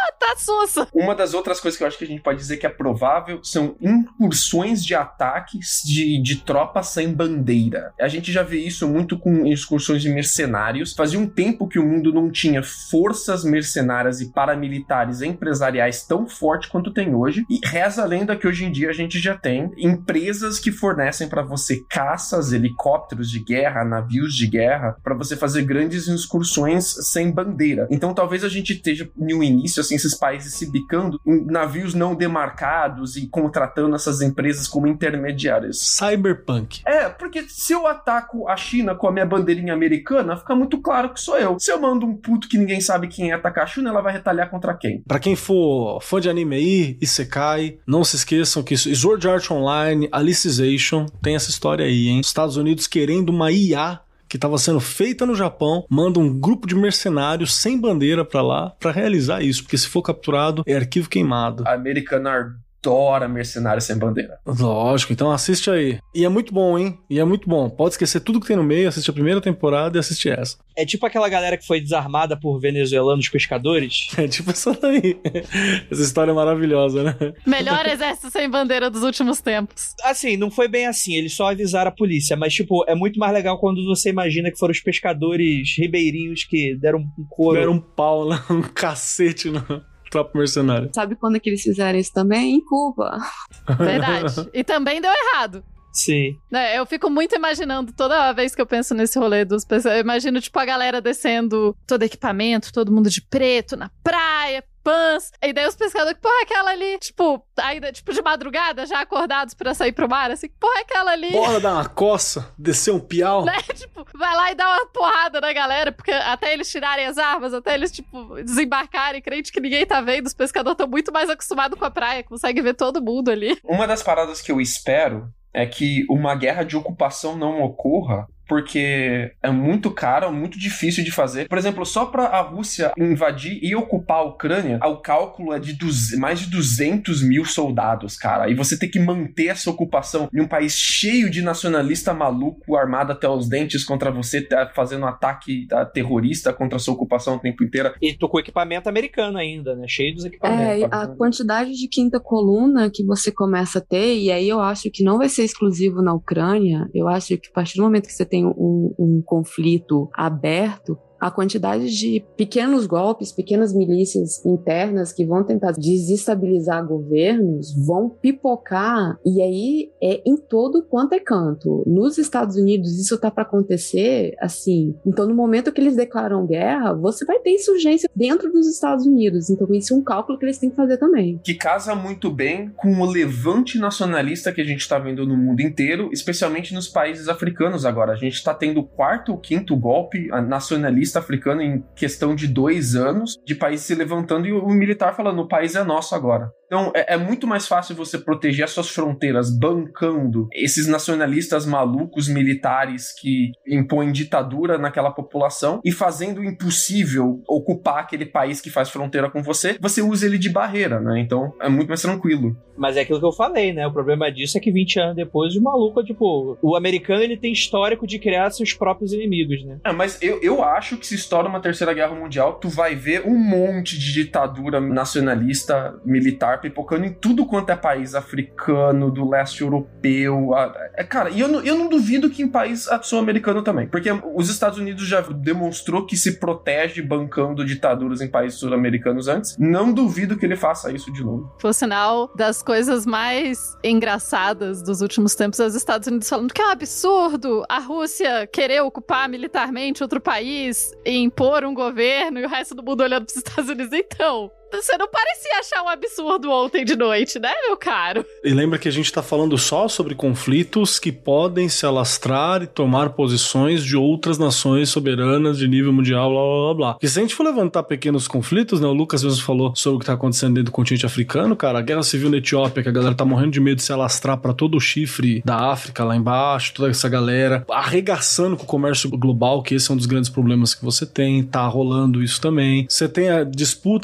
tá sussa. Uma das outras coisas que eu acho que a gente pode dizer que é provável são incursões de ataques de tropas sem bandeira. A gente já vê isso muito com excursões de mercenários. Fazia um tempo que o mundo não tinha forças mercenárias e paramilitares empresariais tão forte quanto tem hoje. E reza a lenda que hoje em dia a gente já tem empresas que fornecem para você caças, helicópteros de guerra, navios de guerra, para você fazer grandes excursões sem bandeira. Então talvez a gente esteja no início, assim, esses países se bicando em navios não demarcados e contratando essas empresas como intermediárias. Cyberpunk. Porque se eu ataco a China com a minha bandeirinha americana, fica muito claro que sou eu. Se eu mando um puto que ninguém sabe quem é atacar a China, ela vai retalhar contra quem? Pra quem for fã de anime aí, Isekai, não se esqueçam que Sword Art Online, Alicization, tem essa história aí, hein? Estados Unidos querendo uma IA que estava sendo feita no Japão, manda um grupo de mercenários sem bandeira pra lá pra realizar isso, porque se for capturado é arquivo queimado. A americana adora mercenário sem bandeira. Lógico, então assiste aí. E é muito bom, hein? E é muito bom. Pode esquecer tudo que tem no meio, assiste a primeira temporada e assiste essa. É tipo aquela galera que foi desarmada por venezuelanos pescadores. É tipo essa daí. Essa história é maravilhosa, né? Melhor exército sem bandeira dos últimos tempos. Assim, não foi bem assim, eles só avisaram a polícia, mas tipo, é muito mais legal quando você imagina que foram os pescadores ribeirinhos que deram um couro. Deram um pau, né? Um cacete no tropa mercenária. Sabe quando é que eles fizeram isso também? Em Cuba. Verdade. E também deu errado. Sim. Eu fico muito imaginando, toda vez que eu penso nesse rolê dos pessoas, eu imagino, tipo, a galera descendo todo equipamento, todo mundo de preto, na praia, pãs. E daí os pescadores, que porra é aquela ali? Tipo, ainda, tipo, de madrugada, já acordados pra sair pro mar, assim, que porra é aquela ali? Bora dar uma coça, descer um piau. Né? Tipo, vai lá e dá uma porrada na galera, porque até eles tirarem as armas, até eles, tipo, desembarcarem, crente que ninguém tá vendo, os pescadores estão muito mais acostumados com a praia, conseguem ver todo mundo ali. Uma das paradas que eu espero é que uma guerra de ocupação não ocorra, porque é muito caro, muito difícil de fazer. Por exemplo, só para a Rússia invadir e ocupar a Ucrânia, o cálculo é de mais de 200 mil soldados, cara. E você tem que manter essa ocupação em um país cheio de nacionalista maluco, armado até os dentes contra você, fazendo um ataque terrorista contra a sua ocupação o tempo inteiro. E tô com equipamento americano ainda, né? Cheio dos equipamentos. A quantidade de quinta coluna que você começa a ter, e aí eu acho que não vai ser exclusivo na Ucrânia, eu acho que a partir do momento que você tem um conflito aberto, a quantidade de pequenos golpes, pequenas milícias internas que vão tentar desestabilizar governos, vão pipocar, e aí é em todo quanto é canto. Nos Estados Unidos isso tá para acontecer, assim, então no momento que eles declaram guerra, você vai ter insurgência dentro dos Estados Unidos, então isso é um cálculo que eles têm que fazer também. Que casa muito bem com o levante nacionalista que a gente tá vendo no mundo inteiro, especialmente nos países africanos agora. A gente tá tendo o quarto ou quinto golpe nacionalista africano em questão de 2 anos, de país se levantando e o militar falando, o país é nosso agora. Então é muito mais fácil você proteger as suas fronteiras bancando esses nacionalistas malucos militares que impõem ditadura naquela população e fazendo o impossível ocupar aquele país que faz fronteira com você, você usa ele de barreira, né? Então é muito mais tranquilo. Mas é aquilo que eu falei, né? O problema disso é que 20 anos depois o maluco, tipo, o americano ele tem histórico de criar seus próprios inimigos, né? Mas eu acho que se estoura uma terceira guerra mundial, tu vai ver um monte de ditadura nacionalista militar pipocando em tudo quanto é país africano, do leste europeu. Cara, e eu não duvido que em país sul-americano também. Porque os Estados Unidos já demonstrou que se protege bancando ditaduras em países sul-americanos antes. Não duvido que ele faça isso de novo. Por sinal, das coisas mais engraçadas dos últimos tempos, os Estados Unidos falando que é um absurdo a Rússia querer ocupar militarmente outro país e impor um governo e o resto do mundo olhando para os Estados Unidos. Então, você não parecia achar um absurdo ontem de noite, né, meu caro? E lembra que a gente tá falando só sobre conflitos que podem se alastrar e tomar posições de outras nações soberanas de nível mundial, blá, blá, blá, blá. Porque se a gente for levantar pequenos conflitos, né, o Lucas mesmo falou sobre o que tá acontecendo dentro do continente africano, cara, a guerra civil na Etiópia, que a galera tá morrendo de medo de se alastrar pra todo o chifre da África lá embaixo, toda essa galera arregaçando com o comércio global, que esse é um dos grandes problemas que você tem, tá rolando isso também. Você tem disputas aqui na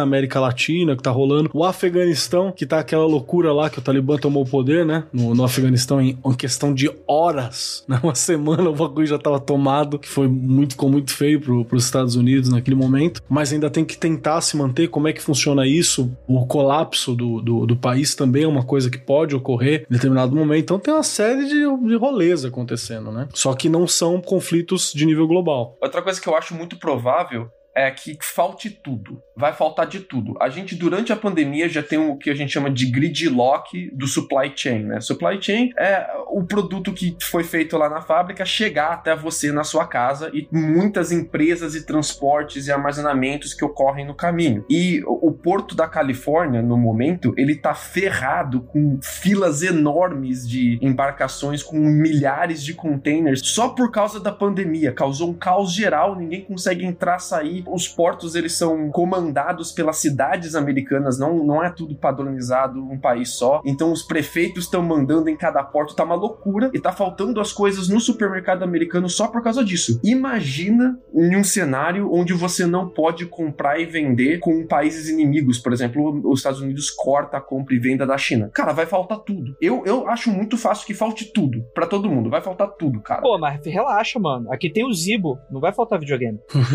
na América Latina, que tá rolando. O Afeganistão, que tá aquela loucura lá que o Talibã tomou o poder, né? No Afeganistão, em questão de horas, né? Uma semana o bagulho já tava tomado, que ficou muito feio pros Estados Unidos naquele momento. Mas ainda tem que tentar se manter. Como é que funciona isso? O colapso do país também é uma coisa que pode ocorrer em determinado momento. Então tem uma série de rolês acontecendo, né? Só que não são conflitos de nível global. Outra coisa que eu acho muito provável é que falte tudo. Vai faltar de tudo. A gente, durante a pandemia, já tem o que a gente chama de gridlock do supply chain, né? Supply chain é o produto que foi feito lá na fábrica chegar até você na sua casa e muitas empresas e transportes e armazenamentos que ocorrem no caminho. E o Porto da Califórnia, no momento, ele tá ferrado com filas enormes de embarcações com milhares de containers só por causa da pandemia. Causou um caos geral, ninguém consegue entrar, sair. Os portos, eles são comandados pelas cidades americanas, não é tudo padronizado um país só. Então os prefeitos estão mandando em cada porto, tá uma loucura, e tá faltando as coisas no supermercado americano só por causa disso. Imagina em um cenário onde você não pode comprar e vender com países inimigos. Por exemplo, os Estados Unidos corta a compra e venda da China. Cara, vai faltar tudo. Eu acho muito fácil que falte tudo pra todo mundo. Vai faltar tudo, cara. Pô, mas relaxa, mano. Aqui tem o Zibo. Não vai faltar videogame.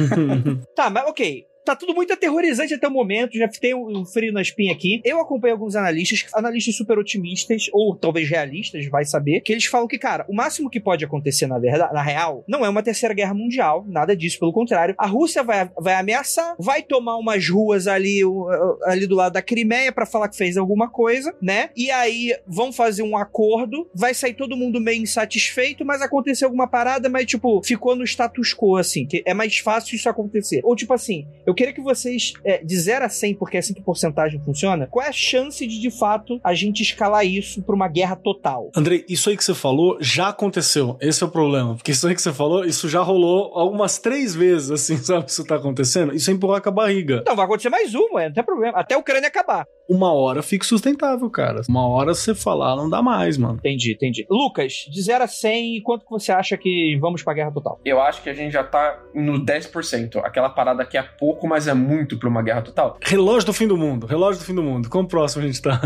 Tá, mas ok. Tá tudo muito aterrorizante até o momento, já tem um frio na espinha aqui. Eu acompanho alguns analistas super otimistas, ou talvez realistas, vai saber, que eles falam que, cara, o máximo que pode acontecer, na verdade, na real, não é uma terceira guerra mundial, nada disso, pelo contrário. A Rússia vai ameaçar, vai tomar umas ruas ali do lado da Crimeia pra falar que fez alguma coisa, né? E aí vão fazer um acordo, vai sair todo mundo meio insatisfeito, mas aconteceu alguma parada, mas, tipo, ficou no status quo, assim, que é mais fácil isso acontecer. Ou, tipo assim, eu queria que vocês, de 0 a 100, porque é assim que porcentagem funciona, qual é a chance de fato, a gente escalar isso pra uma guerra total? Andrei, isso aí que você falou já aconteceu. Esse é o problema. Porque isso aí que você falou, isso já rolou algumas 3 vezes, assim, sabe? Isso tá acontecendo. Isso é empurrar com a barriga. Não, vai acontecer mais uma, não tem problema. Até a Ucrânia acabar. Uma hora fica sustentável, cara. Uma hora você falar, não dá mais, mano. Entendi. Lucas, de 0 a 100, quanto que você acha que vamos pra guerra total? Eu acho que a gente já tá no 10%. Aquela parada que é pouco, mas é muito pra uma guerra total. Relógio do fim do mundo. Quão próximo a gente tá?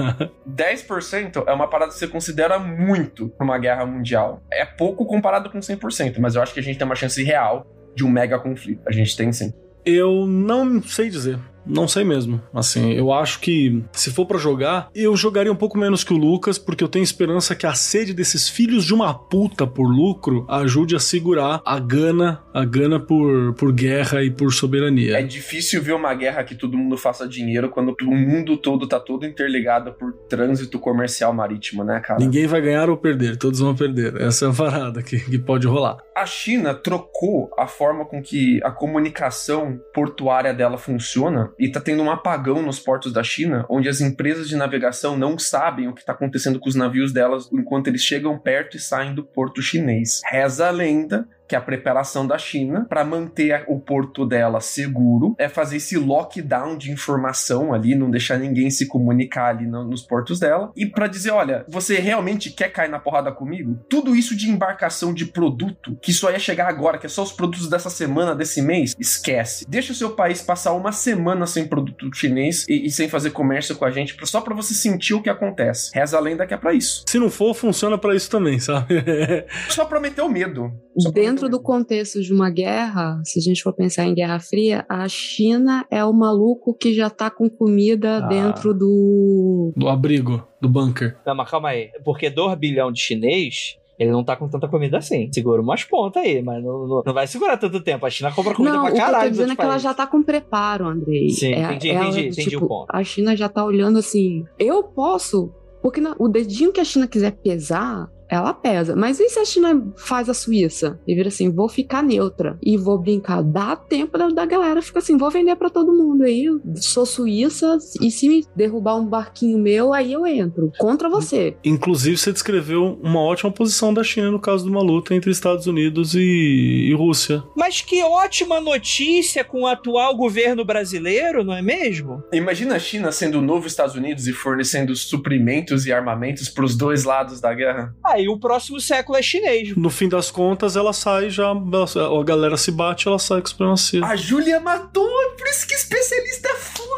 10% é uma parada que você considera muito pra uma guerra mundial. É pouco comparado com 100%, mas eu acho que a gente tem uma chance real de um mega conflito. A gente tem sim. Eu não sei dizer. Não sei mesmo. Assim, eu acho que se for pra jogar, eu jogaria um pouco menos que o Lucas, porque eu tenho esperança que a sede desses filhos de uma puta por lucro ajude a segurar a gana por guerra e por soberania. É difícil ver uma guerra que todo mundo faça dinheiro quando o mundo todo tá todo interligado por trânsito comercial marítimo, né, cara? Ninguém vai ganhar ou perder, todos vão perder. Essa é a parada que pode rolar. A China trocou a forma com que a comunicação portuária dela funciona e tá tendo um apagão nos portos da China, onde as empresas de navegação não sabem o que tá acontecendo com os navios delas enquanto eles chegam perto e saem do porto chinês. Reza a lenda que a preparação da China para manter o porto dela seguro é fazer esse lockdown de informação ali, não deixar ninguém se comunicar ali nos portos dela, e para dizer, olha, você realmente quer cair na porrada comigo? Tudo isso de embarcação de produto, que só ia chegar agora, que é só os produtos dessa semana, desse mês, esquece. Deixa o seu país passar uma semana sem produto chinês e sem fazer comércio com a gente, só para você sentir o que acontece. Reza a lenda que é para isso. Se não for, funciona para isso também, sabe? Só prometer o medo. Dentro do contexto de uma guerra, se a gente for pensar em Guerra Fria, a China é o maluco que já tá com comida dentro do abrigo, do bunker. Não, mas calma aí. Porque 2 bilhões de chinês, ele não tá com tanta comida assim. Segura umas pontas aí, mas não vai segurar tanto tempo. A China compra comida pra caralho. Não, o que eu tô dizendo é que ela já tá com preparo, Andrei. Sim, entendi o ponto. A China já tá olhando assim, eu posso... Porque o dedinho que a China quiser pesar, ela pesa. Mas e se a China faz a Suíça? E vira assim, vou ficar neutra e vou brincar. Dá tempo da galera fica assim, vou vender pra todo mundo aí. Sou suíça e se me derrubar um barquinho meu, aí eu entro. Contra você. Inclusive, você descreveu uma ótima posição da China no caso de uma luta entre Estados Unidos e Rússia. Mas que ótima notícia com o atual governo brasileiro, não é mesmo? Imagina a China sendo o novo Estados Unidos e fornecendo suprimentos e armamentos pros 2 lados da guerra. Aí o próximo século é chinês. No fim das contas, ela sai já... A galera se bate, ela sai com supremacia. A Júlia matou, por isso que especialista é foda, tem que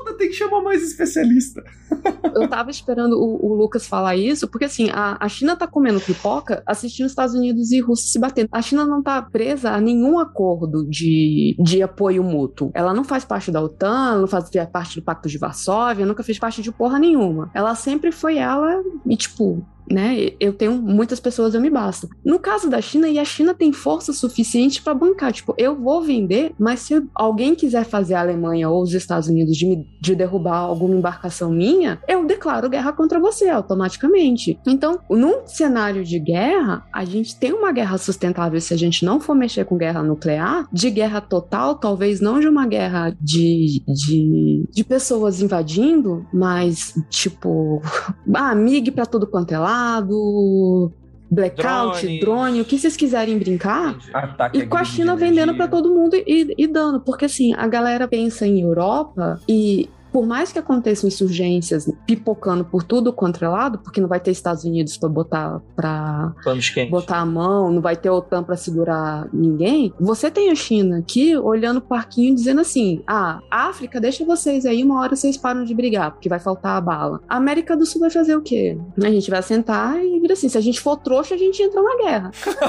chama mais especialista. Eu tava esperando o Lucas falar isso, porque assim, a China tá comendo pipoca assistindo os Estados Unidos e Rússia se batendo. A China não tá presa a nenhum acordo de apoio mútuo. Ela não faz parte da OTAN, ela não faz parte do Pacto de Varsóvia, nunca fez parte de porra nenhuma. Ela sempre foi ela e, tipo, né, eu tenho muitas pessoas, eu me basta. No caso da China, e a China tem força suficiente pra bancar, tipo, eu vou vender, mas se alguém quiser fazer a Alemanha ou os Estados Unidos de derrubar alguma embarcação minha, eu declaro guerra contra você automaticamente. Então, num cenário de guerra, a gente tem uma guerra sustentável se a gente não for mexer com guerra nuclear, de guerra total, talvez não de uma guerra de pessoas invadindo, mas tipo, MiG pra tudo quanto é lado, blackout, drone, o que vocês quiserem brincar. Ataque e com a China vendendo pra todo mundo e dando. Porque assim, a galera pensa em Europa e por mais que aconteçam insurgências pipocando por tudo quanto é lado, porque não vai ter Estados Unidos pra botar a mão, não vai ter OTAN pra segurar ninguém, você tem a China aqui olhando o parquinho dizendo assim, África, deixa vocês aí, uma hora vocês param de brigar, porque vai faltar a bala. A América do Sul vai fazer o quê? A gente vai sentar e vira assim, se a gente for trouxa, a gente entra na guerra.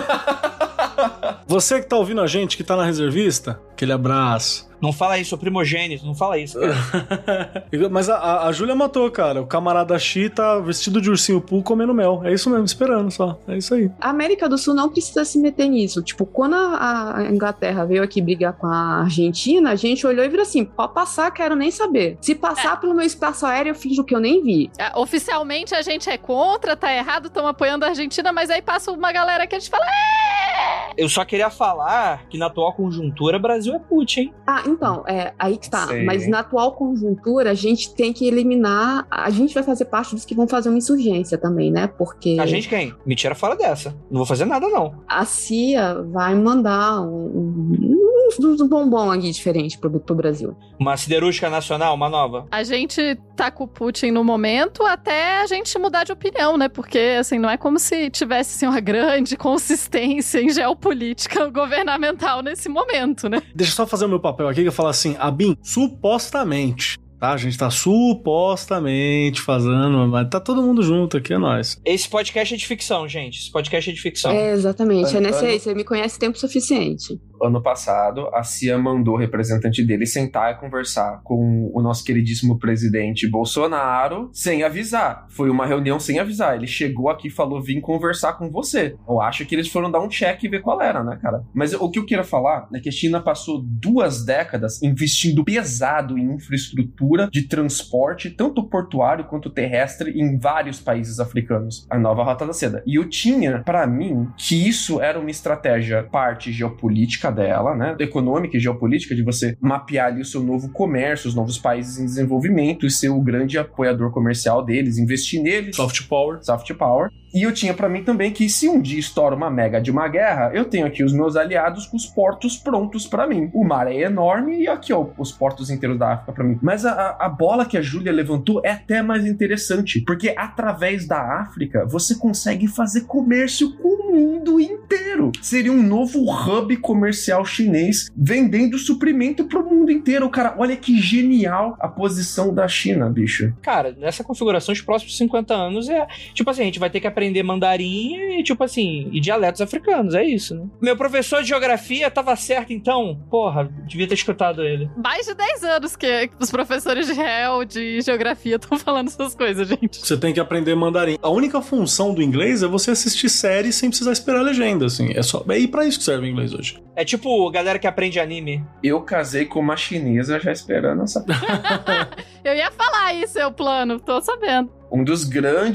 Você que tá ouvindo a gente, que tá na reservista, aquele abraço. Não fala isso, sou primogênito, não fala isso, cara. Mas a Júlia matou, cara. O camarada Xi tá vestido de ursinho Pooh comendo mel. É isso mesmo, esperando só. É isso aí. A América do Sul não precisa se meter nisso. Tipo, quando a Inglaterra veio aqui brigar com a Argentina, a gente olhou e virou assim, pode passar, quero nem saber. Se passar pelo meu espaço aéreo, eu finjo que eu nem vi. Oficialmente a gente é contra, tá errado, estamos apoiando a Argentina, mas aí passa uma galera que a gente fala... Eu só queria falar que na atual conjuntura, Brasil é Putin. Então, aí que tá. Sim. Mas na atual conjuntura, a gente tem que eliminar... A gente vai fazer parte dos que vão fazer uma insurgência também, né? Porque... A gente quem? Me tira fora dessa. Não vou fazer nada, não. A CIA vai mandar um bombom aqui diferente pro Brasil. Uma siderúrgica nacional, uma nova. A gente tá com o Putin no momento até a gente mudar de opinião, né? Porque, assim, não é como se tivesse assim, uma grande consistência em geopolítica governamental nesse momento, né? Deixa eu só fazer o meu papel aqui, que eu falo assim, Abin, supostamente... Tá, a gente tá supostamente fazendo, mas tá todo mundo junto aqui, é nóis. Esse podcast é de ficção, gente. Esse podcast é de ficção. Exatamente. Você me conhece tempo suficiente. Ano passado, a CIA mandou o representante dele sentar e conversar com o nosso queridíssimo presidente Bolsonaro sem avisar. Foi uma reunião sem avisar. Ele chegou aqui e falou, vim conversar com você. Eu acho que eles foram dar um check e ver qual era, né, cara? Mas o que eu queria falar é que a China passou 2 décadas investindo pesado em infraestrutura de transporte, tanto portuário quanto terrestre, em vários países africanos. A nova Rota da Seda. E eu tinha, pra mim, que isso era uma estratégia, parte geopolítica dela, né, econômica e geopolítica, de você mapear ali o seu novo comércio, os novos países em desenvolvimento e ser o grande apoiador comercial deles, investir neles. Soft power. E eu tinha pra mim também que se um dia estoura uma mega de uma guerra, eu tenho aqui os meus aliados com os portos prontos pra mim. O mar é enorme e aqui, ó, os portos inteiros da África pra mim. Mas a bola que a Júlia levantou é até mais interessante, porque através da África você consegue fazer comércio com o mundo inteiro. Seria um novo hub comercial chinês vendendo suprimento pro mundo inteiro. Cara, olha que genial a posição da China, bicho. Cara, nessa configuração, os próximos 50 anos é... Tipo assim, a gente vai ter que aprender mandarim e, tipo assim, e dialetos africanos, é isso, né? Meu professor de geografia tava certo, então? Porra, devia ter escutado ele. Mais de 10 anos que os professores de réu, de geografia estão falando essas coisas, gente. Você tem que aprender mandarim. A única função do inglês é você assistir séries sem precisar esperar a legenda, assim. É ir pra isso que serve o inglês hoje. É tipo galera que aprende anime. Eu casei com uma chinesa já esperando essa... Eu ia falar isso, é o plano, tô sabendo. Um dos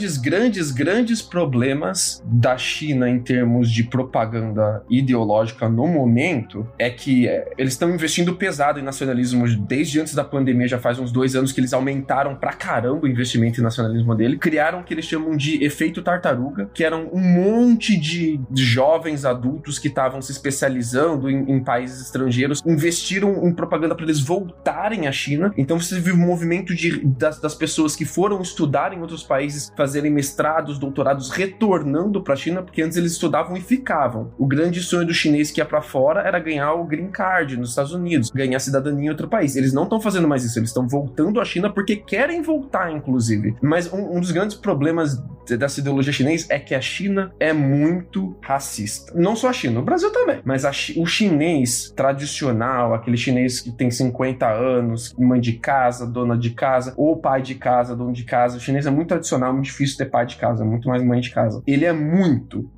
grandes problemas da China em termos de propaganda ideológica no momento é que eles estão investindo pesado em nacionalismo desde antes da pandemia, já faz uns 2 anos que eles aumentaram pra caramba o investimento em nacionalismo dele, criaram o que eles chamam de efeito tartaruga, que eram um monte de jovens adultos que estavam se especializando em países estrangeiros, investiram em propaganda para eles voltarem à China. Então você viu um movimento das pessoas que foram estudar em outros países fazerem mestrados, doutorados, retornando pra China, porque antes eles estudavam e ficavam. O grande sonho do chinês que ia pra fora era ganhar o green card nos Estados Unidos, ganhar cidadania em outro país. Eles não estão fazendo mais isso, eles estão voltando à China porque querem voltar, inclusive. Mas um dos grandes problemas dessa ideologia chinesa é que a China é muito racista. Não só a China, o Brasil também. Mas o chinês tradicional, aquele chinês que tem 50 anos, mãe de casa, dona de casa, ou pai de casa, dono de casa. O chinês é muito tradicional, muito difícil ter pai de casa, muito mais mãe de casa. Ele é muito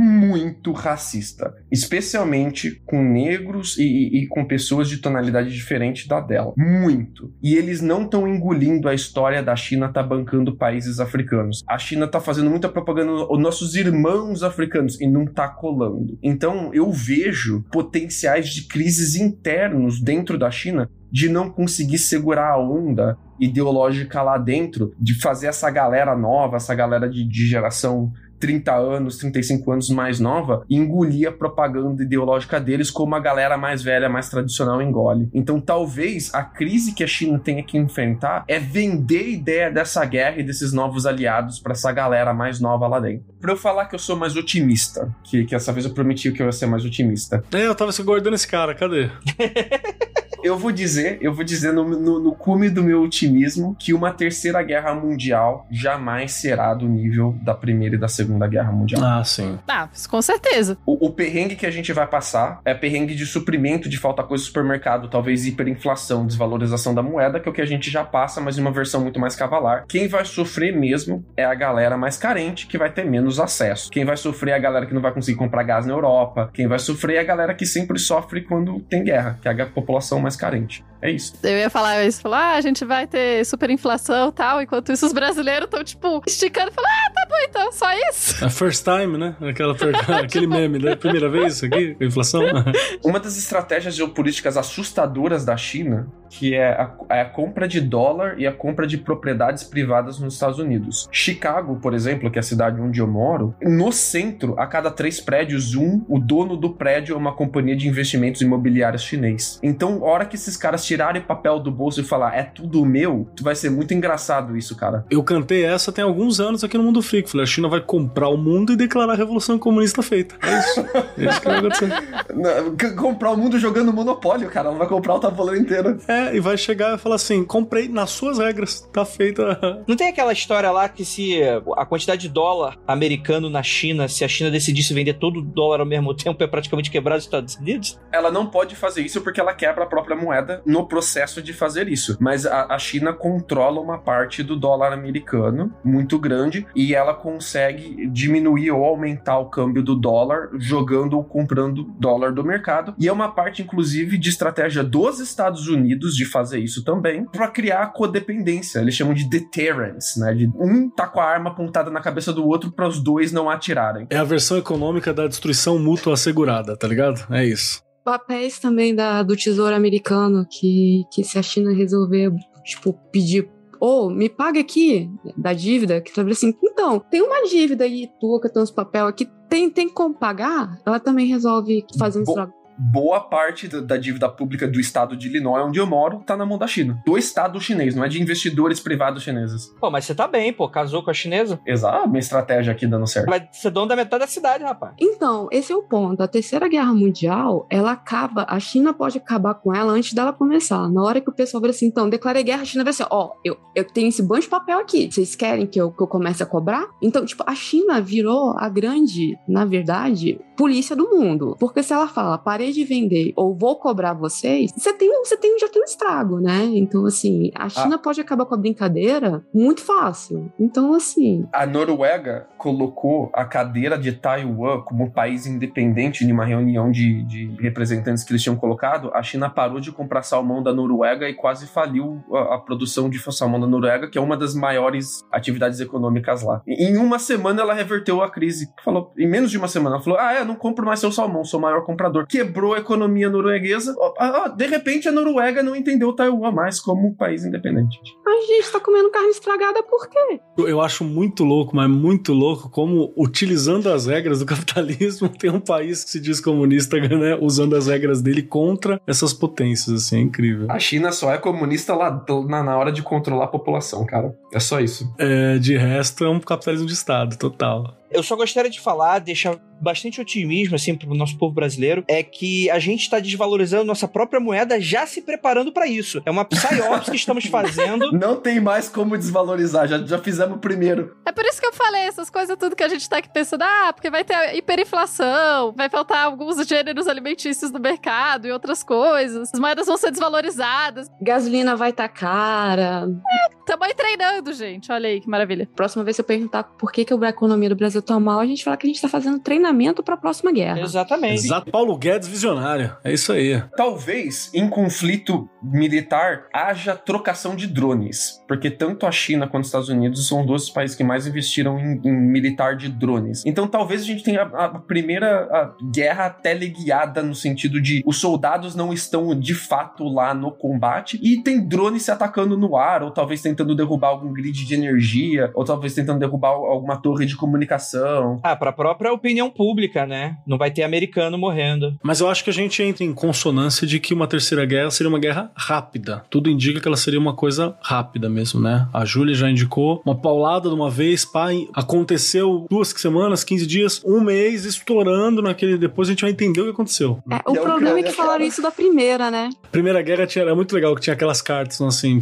racista, especialmente com negros e com pessoas de tonalidade diferente da dela. Muito. E eles não estão engolindo a história da China tá bancando países africanos. A China tá fazendo muita propaganda os nossos irmãos africanos e não tá colando. Então eu vejo potenciais de crises internos dentro da China de não conseguir segurar a onda ideológica lá dentro, de fazer essa galera nova, essa galera de geração 30 anos, 35 anos mais nova, engolir a propaganda ideológica deles como a galera mais velha, mais tradicional engole. Então talvez a crise que a China tenha que enfrentar é vender a ideia dessa guerra e desses novos aliados para essa galera mais nova lá dentro. Pra eu falar que eu sou mais otimista, que essa vez eu prometi que eu ia ser mais otimista. Eu tava guardando esse cara, cadê? Eu vou dizer no cume do meu otimismo que uma terceira guerra mundial jamais será do nível da primeira e da segunda guerra mundial. Ah, sim. Ah, com certeza. O perrengue que a gente vai passar é perrengue de suprimento, de falta coisa no supermercado, talvez hiperinflação, desvalorização da moeda, que é o que a gente já passa, mas em uma versão muito mais cavalar. Quem vai sofrer mesmo é a galera mais carente, que vai ter menos acesso. Quem vai sofrer é a galera que não vai conseguir comprar gás na Europa. Quem vai sofrer é a galera que sempre sofre quando tem guerra, que é a população mais carente. É isso. Eu ia falar isso, a gente vai ter superinflação e tal, enquanto isso os brasileiros estão, tipo, esticando e falando, tá bom então, só isso. A first time, né? Aquele meme, né? Primeira vez isso aqui, a inflação. Uma das estratégias geopolíticas assustadoras da China, que é a compra de dólar e a compra de propriedades privadas nos Estados Unidos. Chicago, por exemplo, que é a cidade onde eu moro, no centro, a cada 3 prédios, o dono do prédio é uma companhia de investimentos imobiliários chinês. Então, a hora que esses caras tirarem papel do bolso e falar, é tudo meu, vai ser muito engraçado isso, cara. Eu cantei essa tem alguns anos aqui no Mundo Freak. Falei, a China vai comprar o mundo e declarar a Revolução Comunista feita. É isso. É isso que vai acontecer. Comprar o mundo jogando Monopólio, cara. Ela vai comprar o tabuleiro inteiro. E vai chegar e falar assim, comprei nas suas regras, tá feita. Não tem aquela história lá que se a quantidade de dólar americano na China, se a China decidisse vender todo o dólar ao mesmo tempo, é praticamente quebrar os Estados Unidos? Ela não pode fazer isso porque ela quebra a própria moeda no processo de fazer isso. Mas a China controla uma parte do dólar americano muito grande e ela consegue diminuir ou aumentar o câmbio do dólar jogando ou comprando dólar do mercado. E é uma parte, inclusive, de estratégia dos Estados Unidos de fazer isso também para criar a codependência. Eles chamam de deterrence, né? De um tá com a arma apontada na cabeça do outro para os dois não atirarem. É a versão econômica da destruição mútua assegurada, tá ligado? É isso. Papéis também do Tesouro Americano que se a China resolver, tipo, pedir me paga aqui da dívida, que sabe assim, então, tem uma dívida aí tua que tem uns papel aqui, tem como pagar? Ela também resolve fazer um estrago. Boa parte da dívida pública do estado de Illinois, onde eu moro, tá na mão da China. Do estado chinês, não é de investidores privados chineses. Pô, mas você tá bem, casou com a chinesa. Exato, minha estratégia aqui dando certo. Vai ser dono da metade da cidade, rapaz. Então, esse é o ponto. A Terceira Guerra Mundial, a China pode acabar com ela antes dela começar. Na hora que o pessoal vai assim, então, declarei guerra, a China vai assim, eu tenho esse banco de papel aqui. Vocês querem que eu comece a cobrar? Então, tipo, a China virou a grande, na verdade, polícia do mundo. Porque se ela fala, parei de vender ou vou cobrar vocês, já tem um estrago, né? Então, assim, a China pode acabar com a brincadeira muito fácil. Então, assim... A Noruega colocou a cadeira de Taiwan como país independente em uma reunião de representantes que eles tinham colocado. A China parou de comprar salmão da Noruega e quase faliu a produção de salmão da Noruega, que é uma das maiores atividades econômicas lá. Em uma semana ela reverteu a crise. Falou, em menos de uma semana, ela falou, não compro mais seu salmão, sou o maior comprador. Quebrou a economia norueguesa. De repente a Noruega não entendeu Taiwan mais como um país independente. A gente tá comendo carne estragada por quê? Eu acho muito louco, mas muito louco, louco como, utilizando as regras do capitalismo, tem um país que se diz comunista, né, usando as regras dele contra essas potências, assim, é incrível. A China só é comunista lá na hora de controlar a população, cara. É só isso. De resto, é um capitalismo de Estado, total. Eu só gostaria de falar, deixar bastante otimismo, assim, pro nosso povo brasileiro, é que a gente tá desvalorizando nossa própria moeda já se preparando pra isso. É uma psyops que estamos fazendo. Não tem mais como desvalorizar, já fizemos o primeiro. É por isso que eu falei, essas coisas tudo que a gente tá aqui pensando, porque vai ter hiperinflação, vai faltar alguns gêneros alimentícios no mercado e outras coisas, as moedas vão ser desvalorizadas. Gasolina vai estar cara. Tamo aí treinando, gente, olha aí que maravilha. Próxima vez, se eu perguntar por que a economia do Brasil tá mal, a gente fala que a gente tá fazendo treinamento pra próxima guerra. Exatamente. Exato. Paulo Guedes visionário. É isso aí. Talvez, em conflito militar, haja trocação de drones. Porque tanto a China quanto os Estados Unidos são dois países que mais investiram em militar de drones. Então talvez a gente tenha a primeira guerra teleguiada, no sentido de os soldados não estão de fato lá no combate e tem drones se atacando no ar, ou talvez tentando derrubar algum grid de energia, ou talvez tentando derrubar alguma torre de comunicação. Pra própria opinião pública, né? Não vai ter americano morrendo. Mas eu acho que a gente entra em consonância de que uma terceira guerra seria uma guerra rápida. Tudo indica que ela seria uma coisa rápida mesmo, né? A Júlia já indicou uma paulada de uma vez, aconteceu 2 semanas, 15 dias, 1 mês, estourando naquele... Depois a gente vai entender o que aconteceu. O problema é que falaram isso da primeira, né? Primeira guerra era muito legal, que tinha aquelas cartas, assim,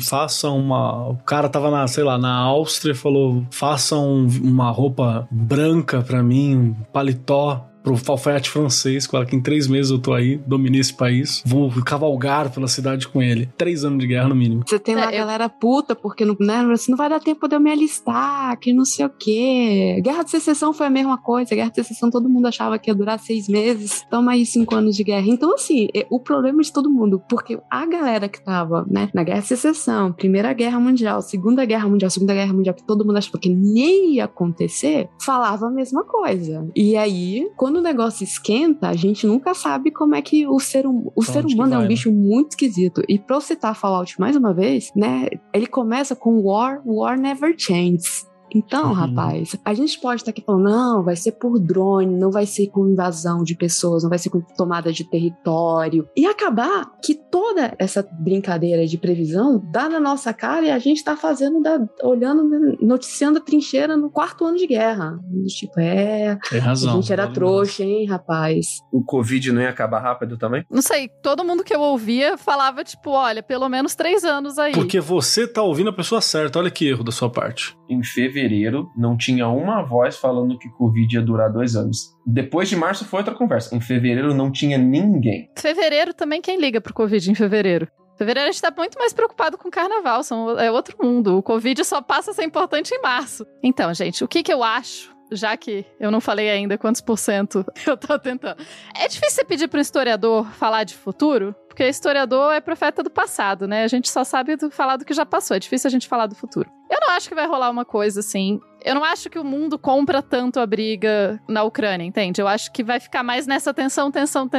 o cara tava na Áustria e falou, façam uma roupa branca pra mim, um paletó pro alfaiate francês, com ela que em 3 meses eu tô aí, dominei esse país, vou cavalgar pela cidade com ele. 3 anos de guerra no mínimo. Você tem lá a galera puta, porque não vai dar tempo de eu me alistar, que não sei o quê. Guerra de Secessão foi a mesma coisa, Guerra de Secessão todo mundo achava que ia durar 6 meses, toma aí 5 anos de guerra. Então assim, o problema de todo mundo, porque a galera que tava, né, na Guerra de Secessão, Primeira Guerra Mundial, Segunda Guerra Mundial, que todo mundo achava que nem ia acontecer, falava a mesma coisa. E aí, quando o negócio esquenta, a gente nunca sabe como é que o ser humano é um bicho muito esquisito. E pra eu citar Fallout mais uma vez, né, ele começa com War Never Changes. Então, rapaz, a gente pode estar aqui falando, não, vai ser por drone, não vai ser com invasão de pessoas, não vai ser com tomada de território. E acabar que toda essa brincadeira de previsão dá na nossa cara e a gente tá fazendo, olhando, noticiando a trincheira no 4º ano de guerra. Tipo, tem razão, a gente era trouxa, hein, rapaz. O Covid não ia acabar rápido também? Não sei, todo mundo que eu ouvia falava, tipo, olha, pelo menos 3 anos aí. Porque você tá ouvindo a pessoa certa, olha que erro da sua parte. Em fevereiro, não tinha uma voz falando que Covid ia durar 2 anos. Depois de março foi outra conversa. Em fevereiro não tinha ninguém. Fevereiro também, quem liga pro Covid em fevereiro? Fevereiro a gente tá muito mais preocupado com o carnaval, é outro mundo. O Covid só passa a ser importante em março. Então, gente, o que eu acho, já que eu não falei ainda quantos % eu tô tentando. É difícil você pedir para um historiador falar de futuro, porque historiador é profeta do passado, né? A gente só sabe falar do que já passou, é difícil a gente falar do futuro. Eu não acho que vai rolar uma coisa assim. Eu não acho que o mundo compra tanto a briga na Ucrânia, entende? Eu acho que vai ficar mais nessa tensão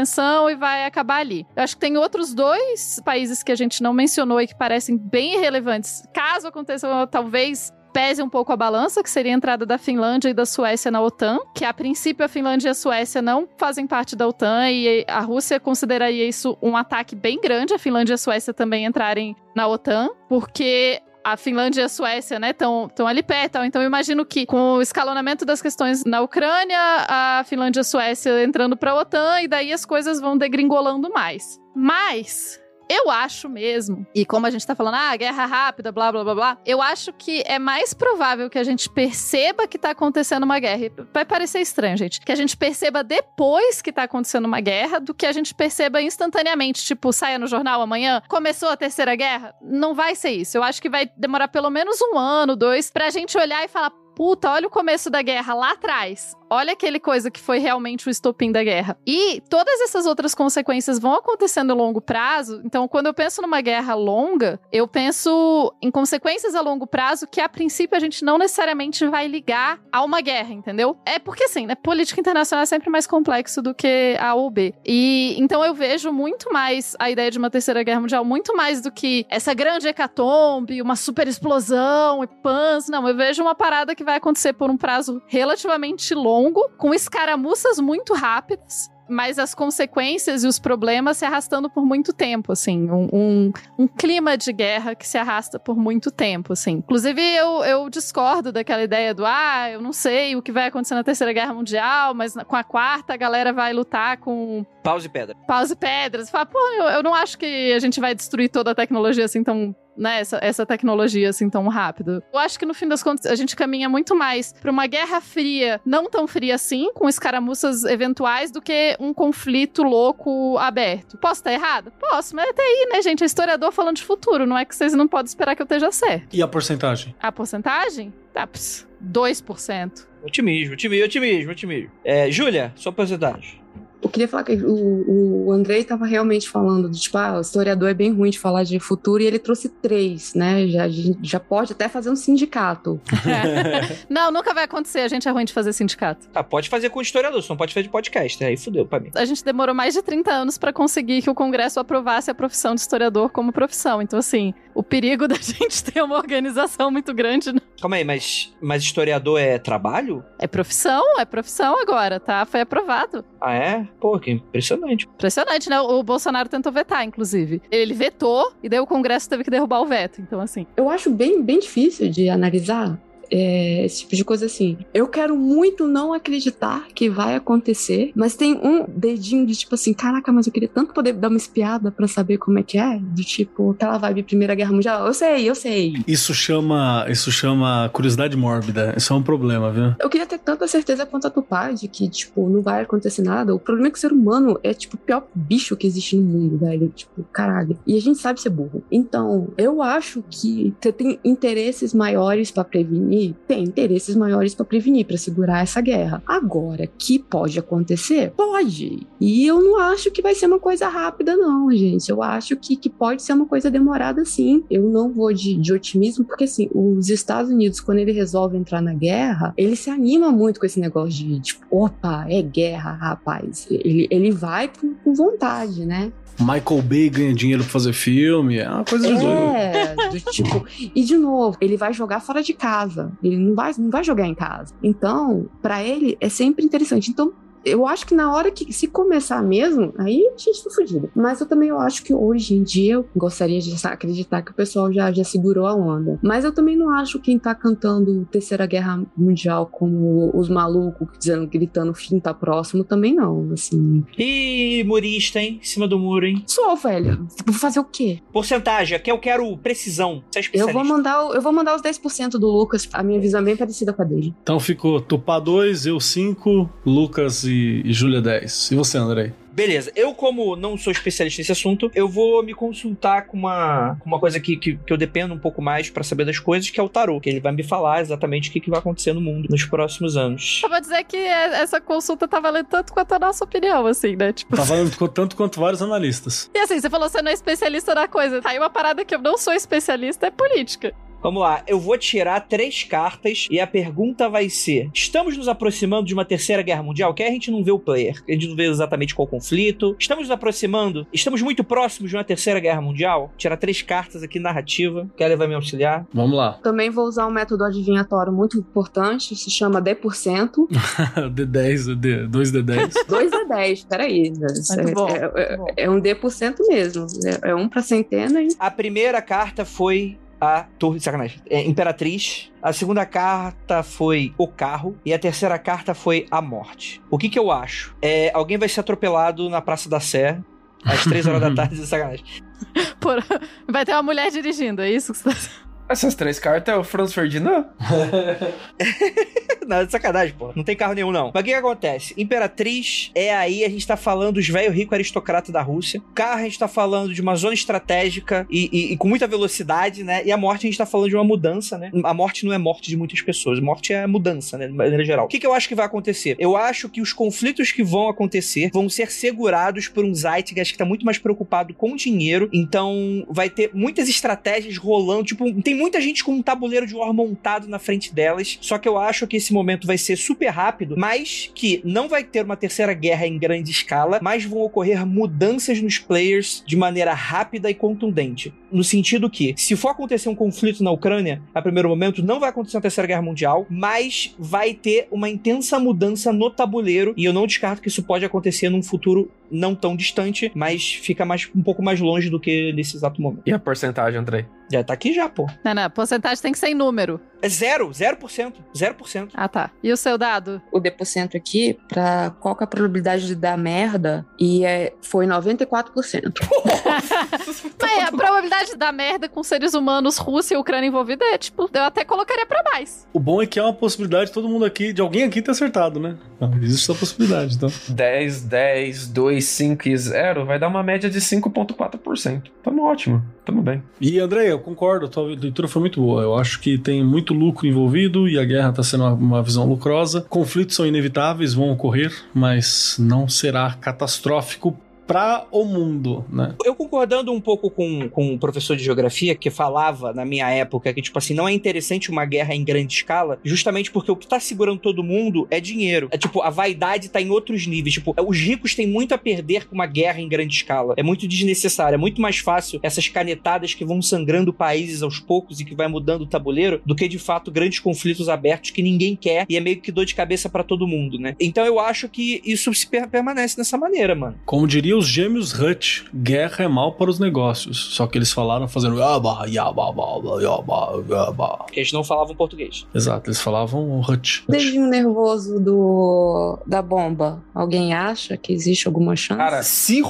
e vai acabar ali. Eu acho que tem outros 2 países que a gente não mencionou e que parecem bem irrelevantes. Caso aconteça, talvez pese um pouco a balança, que seria a entrada da Finlândia e da Suécia na OTAN, que a princípio a Finlândia e a Suécia não fazem parte da OTAN e a Rússia consideraria isso um ataque bem grande, a Finlândia e a Suécia também entrarem na OTAN, porque a Finlândia e a Suécia, né, estão ali perto. Então eu imagino que com o escalonamento das questões na Ucrânia, a Finlândia e a Suécia entrando para a OTAN, e daí as coisas vão degringolando mais. Mas eu acho mesmo, e como a gente tá falando, guerra rápida, blá, blá, blá, blá, eu acho que é mais provável que a gente perceba que tá acontecendo uma guerra. Vai parecer estranho, gente, que a gente perceba depois que tá acontecendo uma guerra do que a gente perceba instantaneamente, tipo, saia no jornal amanhã, começou a terceira guerra. Não vai ser isso. Eu acho que vai demorar pelo menos 1 ano, 2, pra gente olhar e falar, puta, olha o começo da guerra lá atrás. olha aquele coisa que foi realmente o estopim da guerra. E todas essas outras consequências vão acontecendo a longo prazo. Então, quando eu penso numa guerra longa, eu penso em consequências a longo prazo que, a princípio, a gente não necessariamente vai ligar a uma guerra, entendeu? É porque, assim, né, política internacional é sempre mais complexo do que A ou B. E, então, eu vejo muito mais a ideia de uma terceira guerra mundial, muito mais do que essa grande hecatombe, uma super explosão e pãs. Não, eu vejo uma parada que vai acontecer por um prazo relativamente longo, com escaramuças muito rápidas, mas as consequências e os problemas se arrastando por muito tempo, assim. Um clima de guerra que se arrasta por muito tempo, assim. Inclusive, eu discordo daquela ideia do, eu não sei o que vai acontecer na Terceira Guerra Mundial, mas com a quarta a galera vai lutar com... Paus e pedra. Paus e pedras. Fala, eu não acho que a gente vai destruir toda a tecnologia assim tão... né, essa tecnologia assim tão rápido. Eu acho que no fim das contas a gente caminha muito mais pra uma guerra fria, não tão fria assim, com escaramuças eventuais, do que um conflito louco aberto. Posso estar errado? Posso, mas até aí, né, gente? É historiador falando de futuro, não é que vocês não podem esperar que eu esteja certo. E a porcentagem? A porcentagem? 2%. Otimismo. Júlia, sua porcentagem. Eu queria falar que o Andrei estava realmente falando de, tipo, o historiador é bem ruim de falar de futuro, e ele trouxe 3, né? Já pode até fazer um sindicato. Não, nunca vai acontecer, a gente é ruim de fazer sindicato. Pode fazer com historiador, só não pode fazer de podcast, aí fudeu pra mim. A gente demorou mais de 30 anos pra conseguir que o Congresso aprovasse a profissão de historiador como profissão, então assim, o perigo da gente ter uma organização muito grande... Calma aí, mas historiador é trabalho? É profissão agora, tá? Foi aprovado. Ah, é? Pô, que impressionante. Impressionante, né? O Bolsonaro tentou vetar, inclusive. Ele vetou, e daí o Congresso teve que derrubar o veto, então assim... Eu acho bem difícil de analisar esse tipo de coisa assim. Eu quero muito não acreditar que vai acontecer, mas tem um dedinho de tipo assim, caraca, mas eu queria tanto poder dar uma espiada pra saber como é que é, do tipo, aquela vibe Primeira Guerra Mundial. Eu sei. Isso chama curiosidade mórbida. Isso é um problema, viu? Eu queria ter tanta certeza quanto a Tupá de que, tipo, não vai acontecer nada. O problema é que o ser humano é, tipo, o pior bicho que existe no mundo, velho. Tipo, caralho. E a gente sabe ser burro. Então, eu acho que você tem interesses maiores pra prevenir. Tem interesses maiores pra prevenir, pra segurar essa guerra. Agora, que pode acontecer? Pode. E eu não acho que vai ser uma coisa rápida, não, gente. Eu acho que pode ser uma coisa demorada, sim. Eu não vou de otimismo, porque, assim, os Estados Unidos, quando ele resolve entrar na guerra, ele se anima muito com esse negócio de, tipo, opa, é guerra, rapaz. Ele vai com vontade, né? Michael Bay ganha dinheiro pra fazer filme, é uma coisa de doido. Do tipo... E, de novo, ele vai jogar fora de casa. Ele não vai jogar em casa. Então, pra ele, é sempre interessante. Então, eu acho que na hora que se começar mesmo, aí a gente tá fudido. Mas eu acho que hoje em dia eu gostaria de acreditar que o pessoal já segurou a onda. Mas eu também não acho quem tá cantando Terceira Guerra Mundial como os malucos gritando fim tá próximo também não, assim. Ih, murista, hein? Em cima do muro, hein? Sou, velho. Vou fazer o quê? Porcentagem, aqui eu quero precisão. Você é especialista. Eu vou mandar os 10% do Lucas. A minha visão é bem parecida com a dele. Então ficou Tupá 2, eu 5, Lucas e Júlia 10. E você, Andrei? Beleza, eu como não sou especialista nesse assunto, eu vou me consultar com uma coisa que eu dependo um pouco mais pra saber das coisas, que é o tarô, que ele vai me falar exatamente o que vai acontecer no mundo nos próximos anos. Eu vou dizer que essa consulta tá valendo tanto quanto a nossa opinião, assim, né? Tipo... Tá valendo tanto quanto vários analistas. E assim, você falou que você não é especialista na coisa, tá aí uma parada que eu não sou especialista, é política. Vamos lá, eu vou tirar 3 cartas e a pergunta vai ser: estamos nos aproximando de uma terceira guerra mundial? Que aí a gente não vê o player, a gente não vê exatamente qual conflito. Estamos nos aproximando? Estamos muito próximos de uma terceira guerra mundial? Tirar 3 cartas aqui, narrativa. Kelly vai me auxiliar. Vamos lá. Também vou usar um método adivinhatório muito importante, se chama D%. D10, 2D10. 2D10, peraí. É um D% mesmo. É um pra centena. A primeira carta foi a Torre... Sacanagem. Imperatriz. A segunda carta foi o carro. E a terceira carta foi a morte. O que eu acho? Alguém vai ser atropelado na Praça da Sé às 3 horas da tarde. Sacanagem. Vai ter uma mulher dirigindo, é isso que você tá... Essas 3 cartas é o Franz Ferdinand? Não, de sacanagem, pô. Não tem carro nenhum, não. Mas o que acontece? Imperatriz é aí, a gente tá falando dos velho rico aristocrata da Rússia. Carro, a gente tá falando de uma zona estratégica e com muita velocidade, né? E a morte, a gente tá falando de uma mudança, né? A morte não é morte de muitas pessoas. Morte é mudança, né? De maneira geral. O que eu acho que vai acontecer? Eu acho que os conflitos que vão acontecer vão ser segurados por um Zeitgeist que tá muito mais preocupado com dinheiro. Então, vai ter muitas estratégias rolando. Tipo, tem muita gente com um tabuleiro de war montado na frente delas. Só que eu acho que esse momento vai ser super rápido, mas que não vai ter uma terceira guerra em grande escala, mas vão ocorrer mudanças nos players de maneira rápida e contundente. No sentido que, se for acontecer um conflito na Ucrânia, a primeiro momento, não vai acontecer uma terceira guerra mundial, mas vai ter uma intensa mudança no tabuleiro, e eu não descarto que isso pode acontecer num futuro não tão distante, mas fica um pouco mais longe do que nesse exato momento. E a porcentagem, Andrei? Já tá aqui já, pô. Não, a porcentagem tem que ser em número. É 0%. Ah, tá. E o seu dado? O D% aqui, pra qual que é a probabilidade de dar merda, e foi 94%. Mas a probabilidade de dar merda com seres humanos, Rússia e Ucrânia envolvida é, tipo, eu até colocaria pra mais. O bom é que é uma possibilidade de todo mundo aqui, de alguém aqui ter acertado, né? Não, existe essa possibilidade, então. 10, 2, 5 e 0 vai dar uma média de 5,4%. Tamo ótimo, tamo bem. E, André, eu concordo, a tua leitura foi muito boa. Eu acho que tem muito lucro envolvido e a guerra tá sendo uma visão lucrosa. Conflitos são inevitáveis, vão ocorrer, mas não será catastrófico para o mundo, né? Eu concordando um pouco com um professor de geografia que falava na minha época que, tipo assim, não é interessante uma guerra em grande escala, justamente porque o que tá segurando todo mundo é dinheiro. É tipo, a vaidade tá em outros níveis. Tipo, os ricos têm muito a perder com uma guerra em grande escala. É muito desnecessário. É muito mais fácil essas canetadas que vão sangrando países aos poucos e que vai mudando o tabuleiro do que, de fato, grandes conflitos abertos que ninguém quer e é meio que dor de cabeça pra todo mundo, né? Então eu acho que isso se permanece dessa maneira, mano. Como diria os gêmeos Hut, guerra é mal para os negócios. Só que eles falaram fazendo Porque eles não falavam português. Exato, eles falavam Hut. Dedinho nervoso da bomba. Alguém acha que existe alguma chance? Cara, se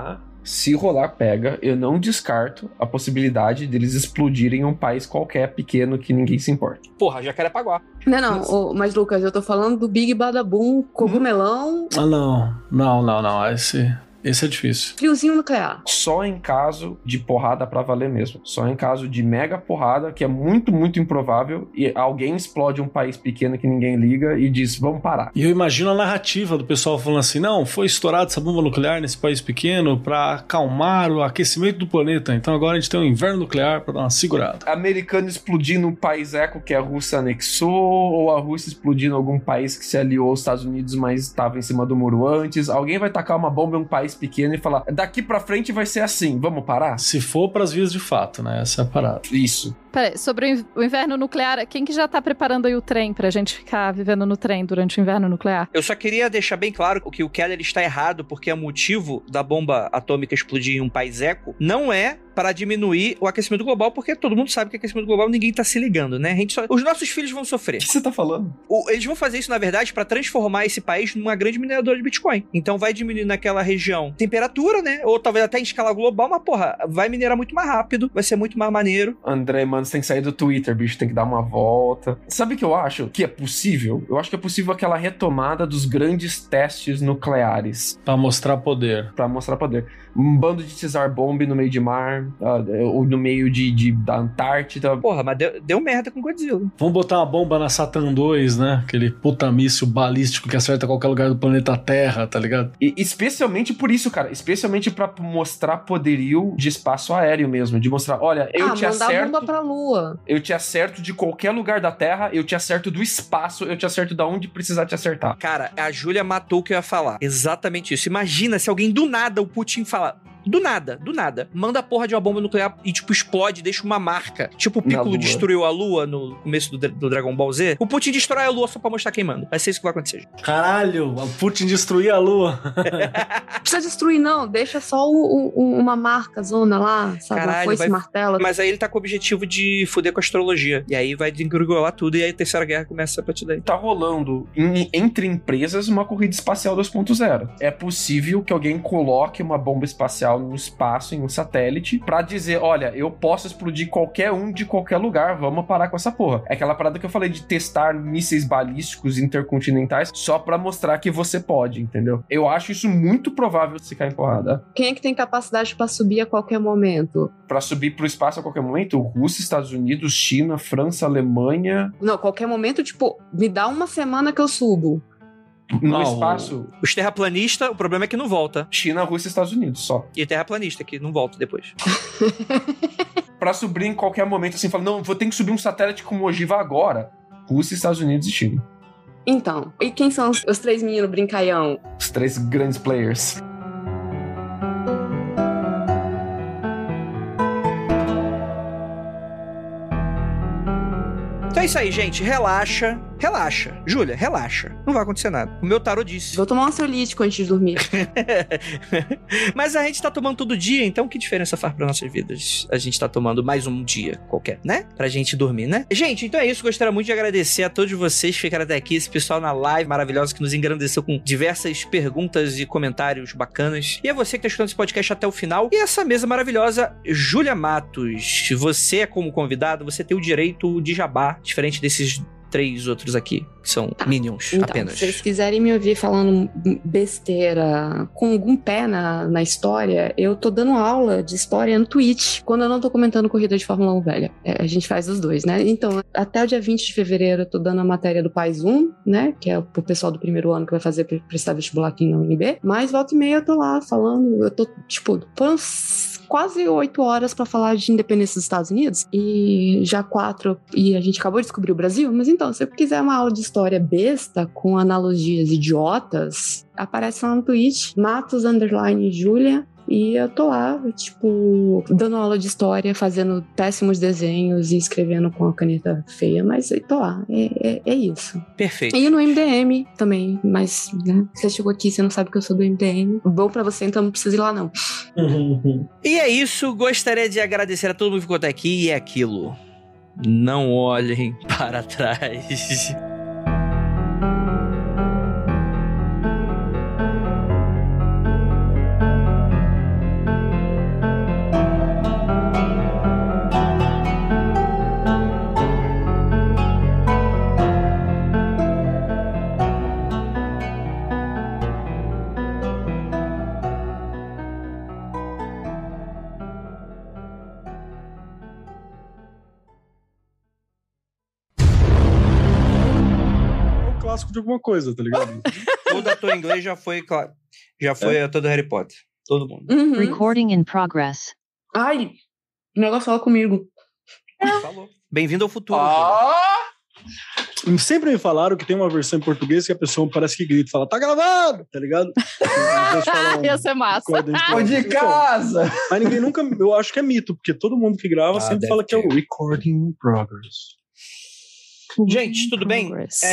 rolar pega, eu não descarto a possibilidade deles explodirem um país qualquer pequeno que ninguém se importa. Porra, Jacarepaguá. Não, mas Lucas, eu tô falando do Big Badabum, cogumelão. Ah, não. Esse é difícil. Friozinho nuclear. Só em caso de porrada pra valer mesmo. Só em caso de mega porrada, que é muito, muito improvável, e alguém explode um país pequeno que ninguém liga e diz, vamos parar. E eu imagino a narrativa do pessoal falando assim, não, foi estourada essa bomba nuclear nesse país pequeno pra acalmar o aquecimento do planeta. Então agora a gente tem um inverno nuclear pra dar uma segurada. Americano explodindo um país eco que a Rússia anexou, ou a Rússia explodindo algum país que se aliou aos Estados Unidos, mas estava em cima do muro antes. Alguém vai tacar uma bomba em um país pequeno e falar, daqui pra frente vai ser assim, vamos parar? Se for pras vias de fato, né? Essa é a parada. Isso. Peraí, sobre o inverno nuclear, quem que já tá preparando aí o trem pra gente ficar vivendo no trem durante o inverno nuclear? Eu só queria deixar bem claro que o Keller está errado, porque o motivo da bomba atômica explodir em um país eco não é para diminuir o aquecimento global, porque todo mundo sabe que aquecimento global ninguém tá se ligando, né? Os nossos filhos vão sofrer. O que você tá falando? Eles vão fazer isso, na verdade, para transformar esse país numa grande mineradora de Bitcoin. Então vai diminuir naquela região temperatura, né? Ou talvez até em escala global, mas porra, vai minerar muito mais rápido, vai ser muito mais maneiro. André, mano, você tem que sair do Twitter, bicho, tem que dar uma volta. Sabe o que eu acho que é possível? Eu acho que é possível aquela retomada dos grandes testes nucleares. Pra mostrar poder. Um bando de Tsar Bomb no meio de mar, ou no meio da Antártida. Porra, mas deu merda com Godzilla. Vamos botar uma bomba na Saturn 2, né? Aquele puta míssil balístico que acerta qualquer lugar do planeta Terra, tá ligado? E especialmente por isso, cara. Especialmente pra mostrar poderio de espaço aéreo mesmo. De mostrar, olha, eu te acerto... mandar bomba pra Lua. Eu te acerto de qualquer lugar da Terra, eu te acerto do espaço, eu te acerto da onde precisar te acertar. Cara, a Júlia matou o que eu ia falar. Exatamente isso. Imagina se alguém do nada, o Putin fala... Do nada, manda a porra de uma bomba nuclear e, tipo, explode, deixa uma marca. Tipo o Piccolo destruiu a Lua no começo do Dragon Ball Z. O Putin destrói a Lua só pra mostrar queimando. Vai ser isso que vai acontecer. Caralho, o Putin destruir a Lua. Não precisa destruir, não. Deixa só uma marca, zona lá, sabe? Caralho, Foi esse martelo. Mas aí ele tá com o objetivo de foder com a astrologia. E aí vai desengrugolar tudo e aí a Terceira Guerra começa a partir daí. Tá rolando entre empresas uma corrida espacial 2.0. É possível que alguém coloque uma bomba espacial artificial no espaço, em um satélite, pra dizer, olha, eu posso explodir qualquer um de qualquer lugar, vamos parar com essa porra. É aquela parada que eu falei de testar mísseis balísticos intercontinentais só pra mostrar que você pode, entendeu? Eu acho isso muito provável de se cair em porrada. Quem é que tem capacidade pra subir a qualquer momento? Pra subir pro espaço a qualquer momento, Rússia, Estados Unidos, China, França, Alemanha... Não, qualquer momento, tipo, me dá uma semana que eu subo. No espaço... Os terraplanistas, o problema é que não volta. China, Rússia e Estados Unidos, só. E terraplanista, que não volta depois. Pra subir em qualquer momento, assim, fala, não, vou ter que subir um satélite com ogiva agora. Rússia, Estados Unidos e China. Então, e quem são os 3 meninos brincalhão? Os 3 grandes players. Então é isso aí, gente. Relaxa. Relaxa. Júlia, relaxa. Não vai acontecer nada. O meu tarô disse. Vou tomar um ansiolítico antes de dormir. Mas a gente tá tomando todo dia, então que diferença faz para nossas vidas? A gente tá tomando mais um dia qualquer, né? Pra gente dormir, né? Gente, então é isso. Gostaria muito de agradecer a todos vocês que ficaram até aqui, esse pessoal na live maravilhosa que nos engrandeceu com diversas perguntas e comentários bacanas. E a você que tá escutando esse podcast até o final. E essa mesa maravilhosa, Júlia Matos. Você, como convidado, você tem o direito de jabá, diferente desses 3 outros aqui, que são minions então, apenas. Se vocês quiserem me ouvir falando besteira com algum pé na história, eu tô dando aula de história no Twitch, quando eu não tô comentando corrida de Fórmula 1 velha. A gente faz os dois, né? Então, até o dia 20 de fevereiro eu tô dando a matéria do PAIS 1, né? Que é pro pessoal do primeiro ano que vai fazer prestar vestibular aqui na UNB. Mas volta e meia eu tô lá falando, eu tô, tipo, foram quase 8 horas pra falar de independência dos Estados Unidos, e já 4, e a gente acabou de descobrir o Brasil, mas então, se você quiser uma aula de história besta, com analogias idiotas, aparece lá no Twitch, Matos_Julia, e eu tô lá, tipo, dando aula de história, fazendo péssimos desenhos e escrevendo com a caneta feia, mas eu tô lá, é isso. Perfeito. E no MDM também, mas, né, você chegou aqui, você não sabe que eu sou do MDM, bom pra você, então não precisa ir lá não. E é isso, gostaria de agradecer a todo mundo que ficou até aqui, e é aquilo. Não olhem para trás. Clássico de alguma coisa, tá ligado? Todo ator inglês já foi, claro. Já foi ator do Harry Potter. Todo mundo. Uhum. Recording in progress. Ai, o negócio fala comigo. Falou. Bem-vindo ao futuro. Sempre me falaram que tem uma versão em português que a pessoa parece que grita, fala, tá gravado, tá ligado? Ia ser massa. Foi de casa! Mas ninguém nunca, eu acho que é mito, porque todo mundo que grava sempre fala que é o recording in progress. Gente, tudo bem?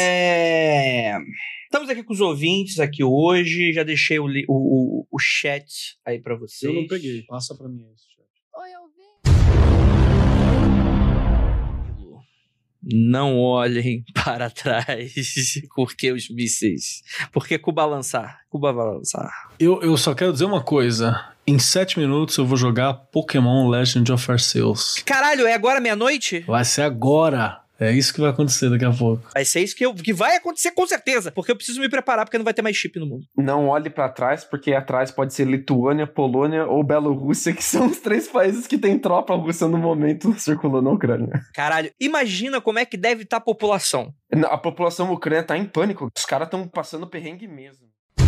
Estamos aqui com os ouvintes aqui hoje. Já deixei o chat aí pra vocês. Eu não peguei. Passa pra mim esse chat. Oi, eu vi. Não olhem para trás. Porque os mísseis. Porque Cuba vai lançar. Eu só quero dizer uma coisa. Em 7 minutos eu vou jogar Pokémon Legend of Arceus. Caralho, é agora meia-noite? Vai ser agora. É isso que vai acontecer daqui a pouco. Vai ser isso que vai acontecer com certeza. Porque eu preciso me preparar, porque não vai ter mais chip no mundo. Não olhe pra trás, porque atrás pode ser Lituânia, Polônia ou Bielorrússia, que são os 3 países que tem tropa russa no momento circulando na Ucrânia. Caralho, imagina como é que deve estar a população. A população ucraniana tá em pânico. Os caras estão passando perrengue mesmo.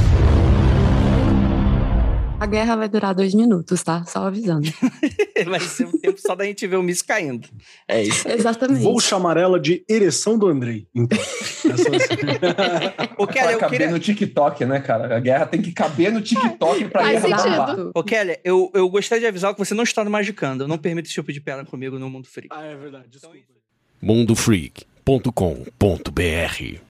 A guerra vai durar 2 minutos, tá? Só avisando. Vai ser um tempo só da gente ver o míssil caindo. É isso. Exatamente. Vou chamar ela de ereção do Andrei. Então, Ô, Kelly, pra caber no TikTok, né, cara? A guerra tem que caber no TikTok pra faz guerra sentido. acabar. Ô, Kelly, eu gostaria de avisar que você não está no Magicando. Eu não permito esse tipo de piada comigo no Mundo Freak. é verdade. Desculpa. mundofreak.com.br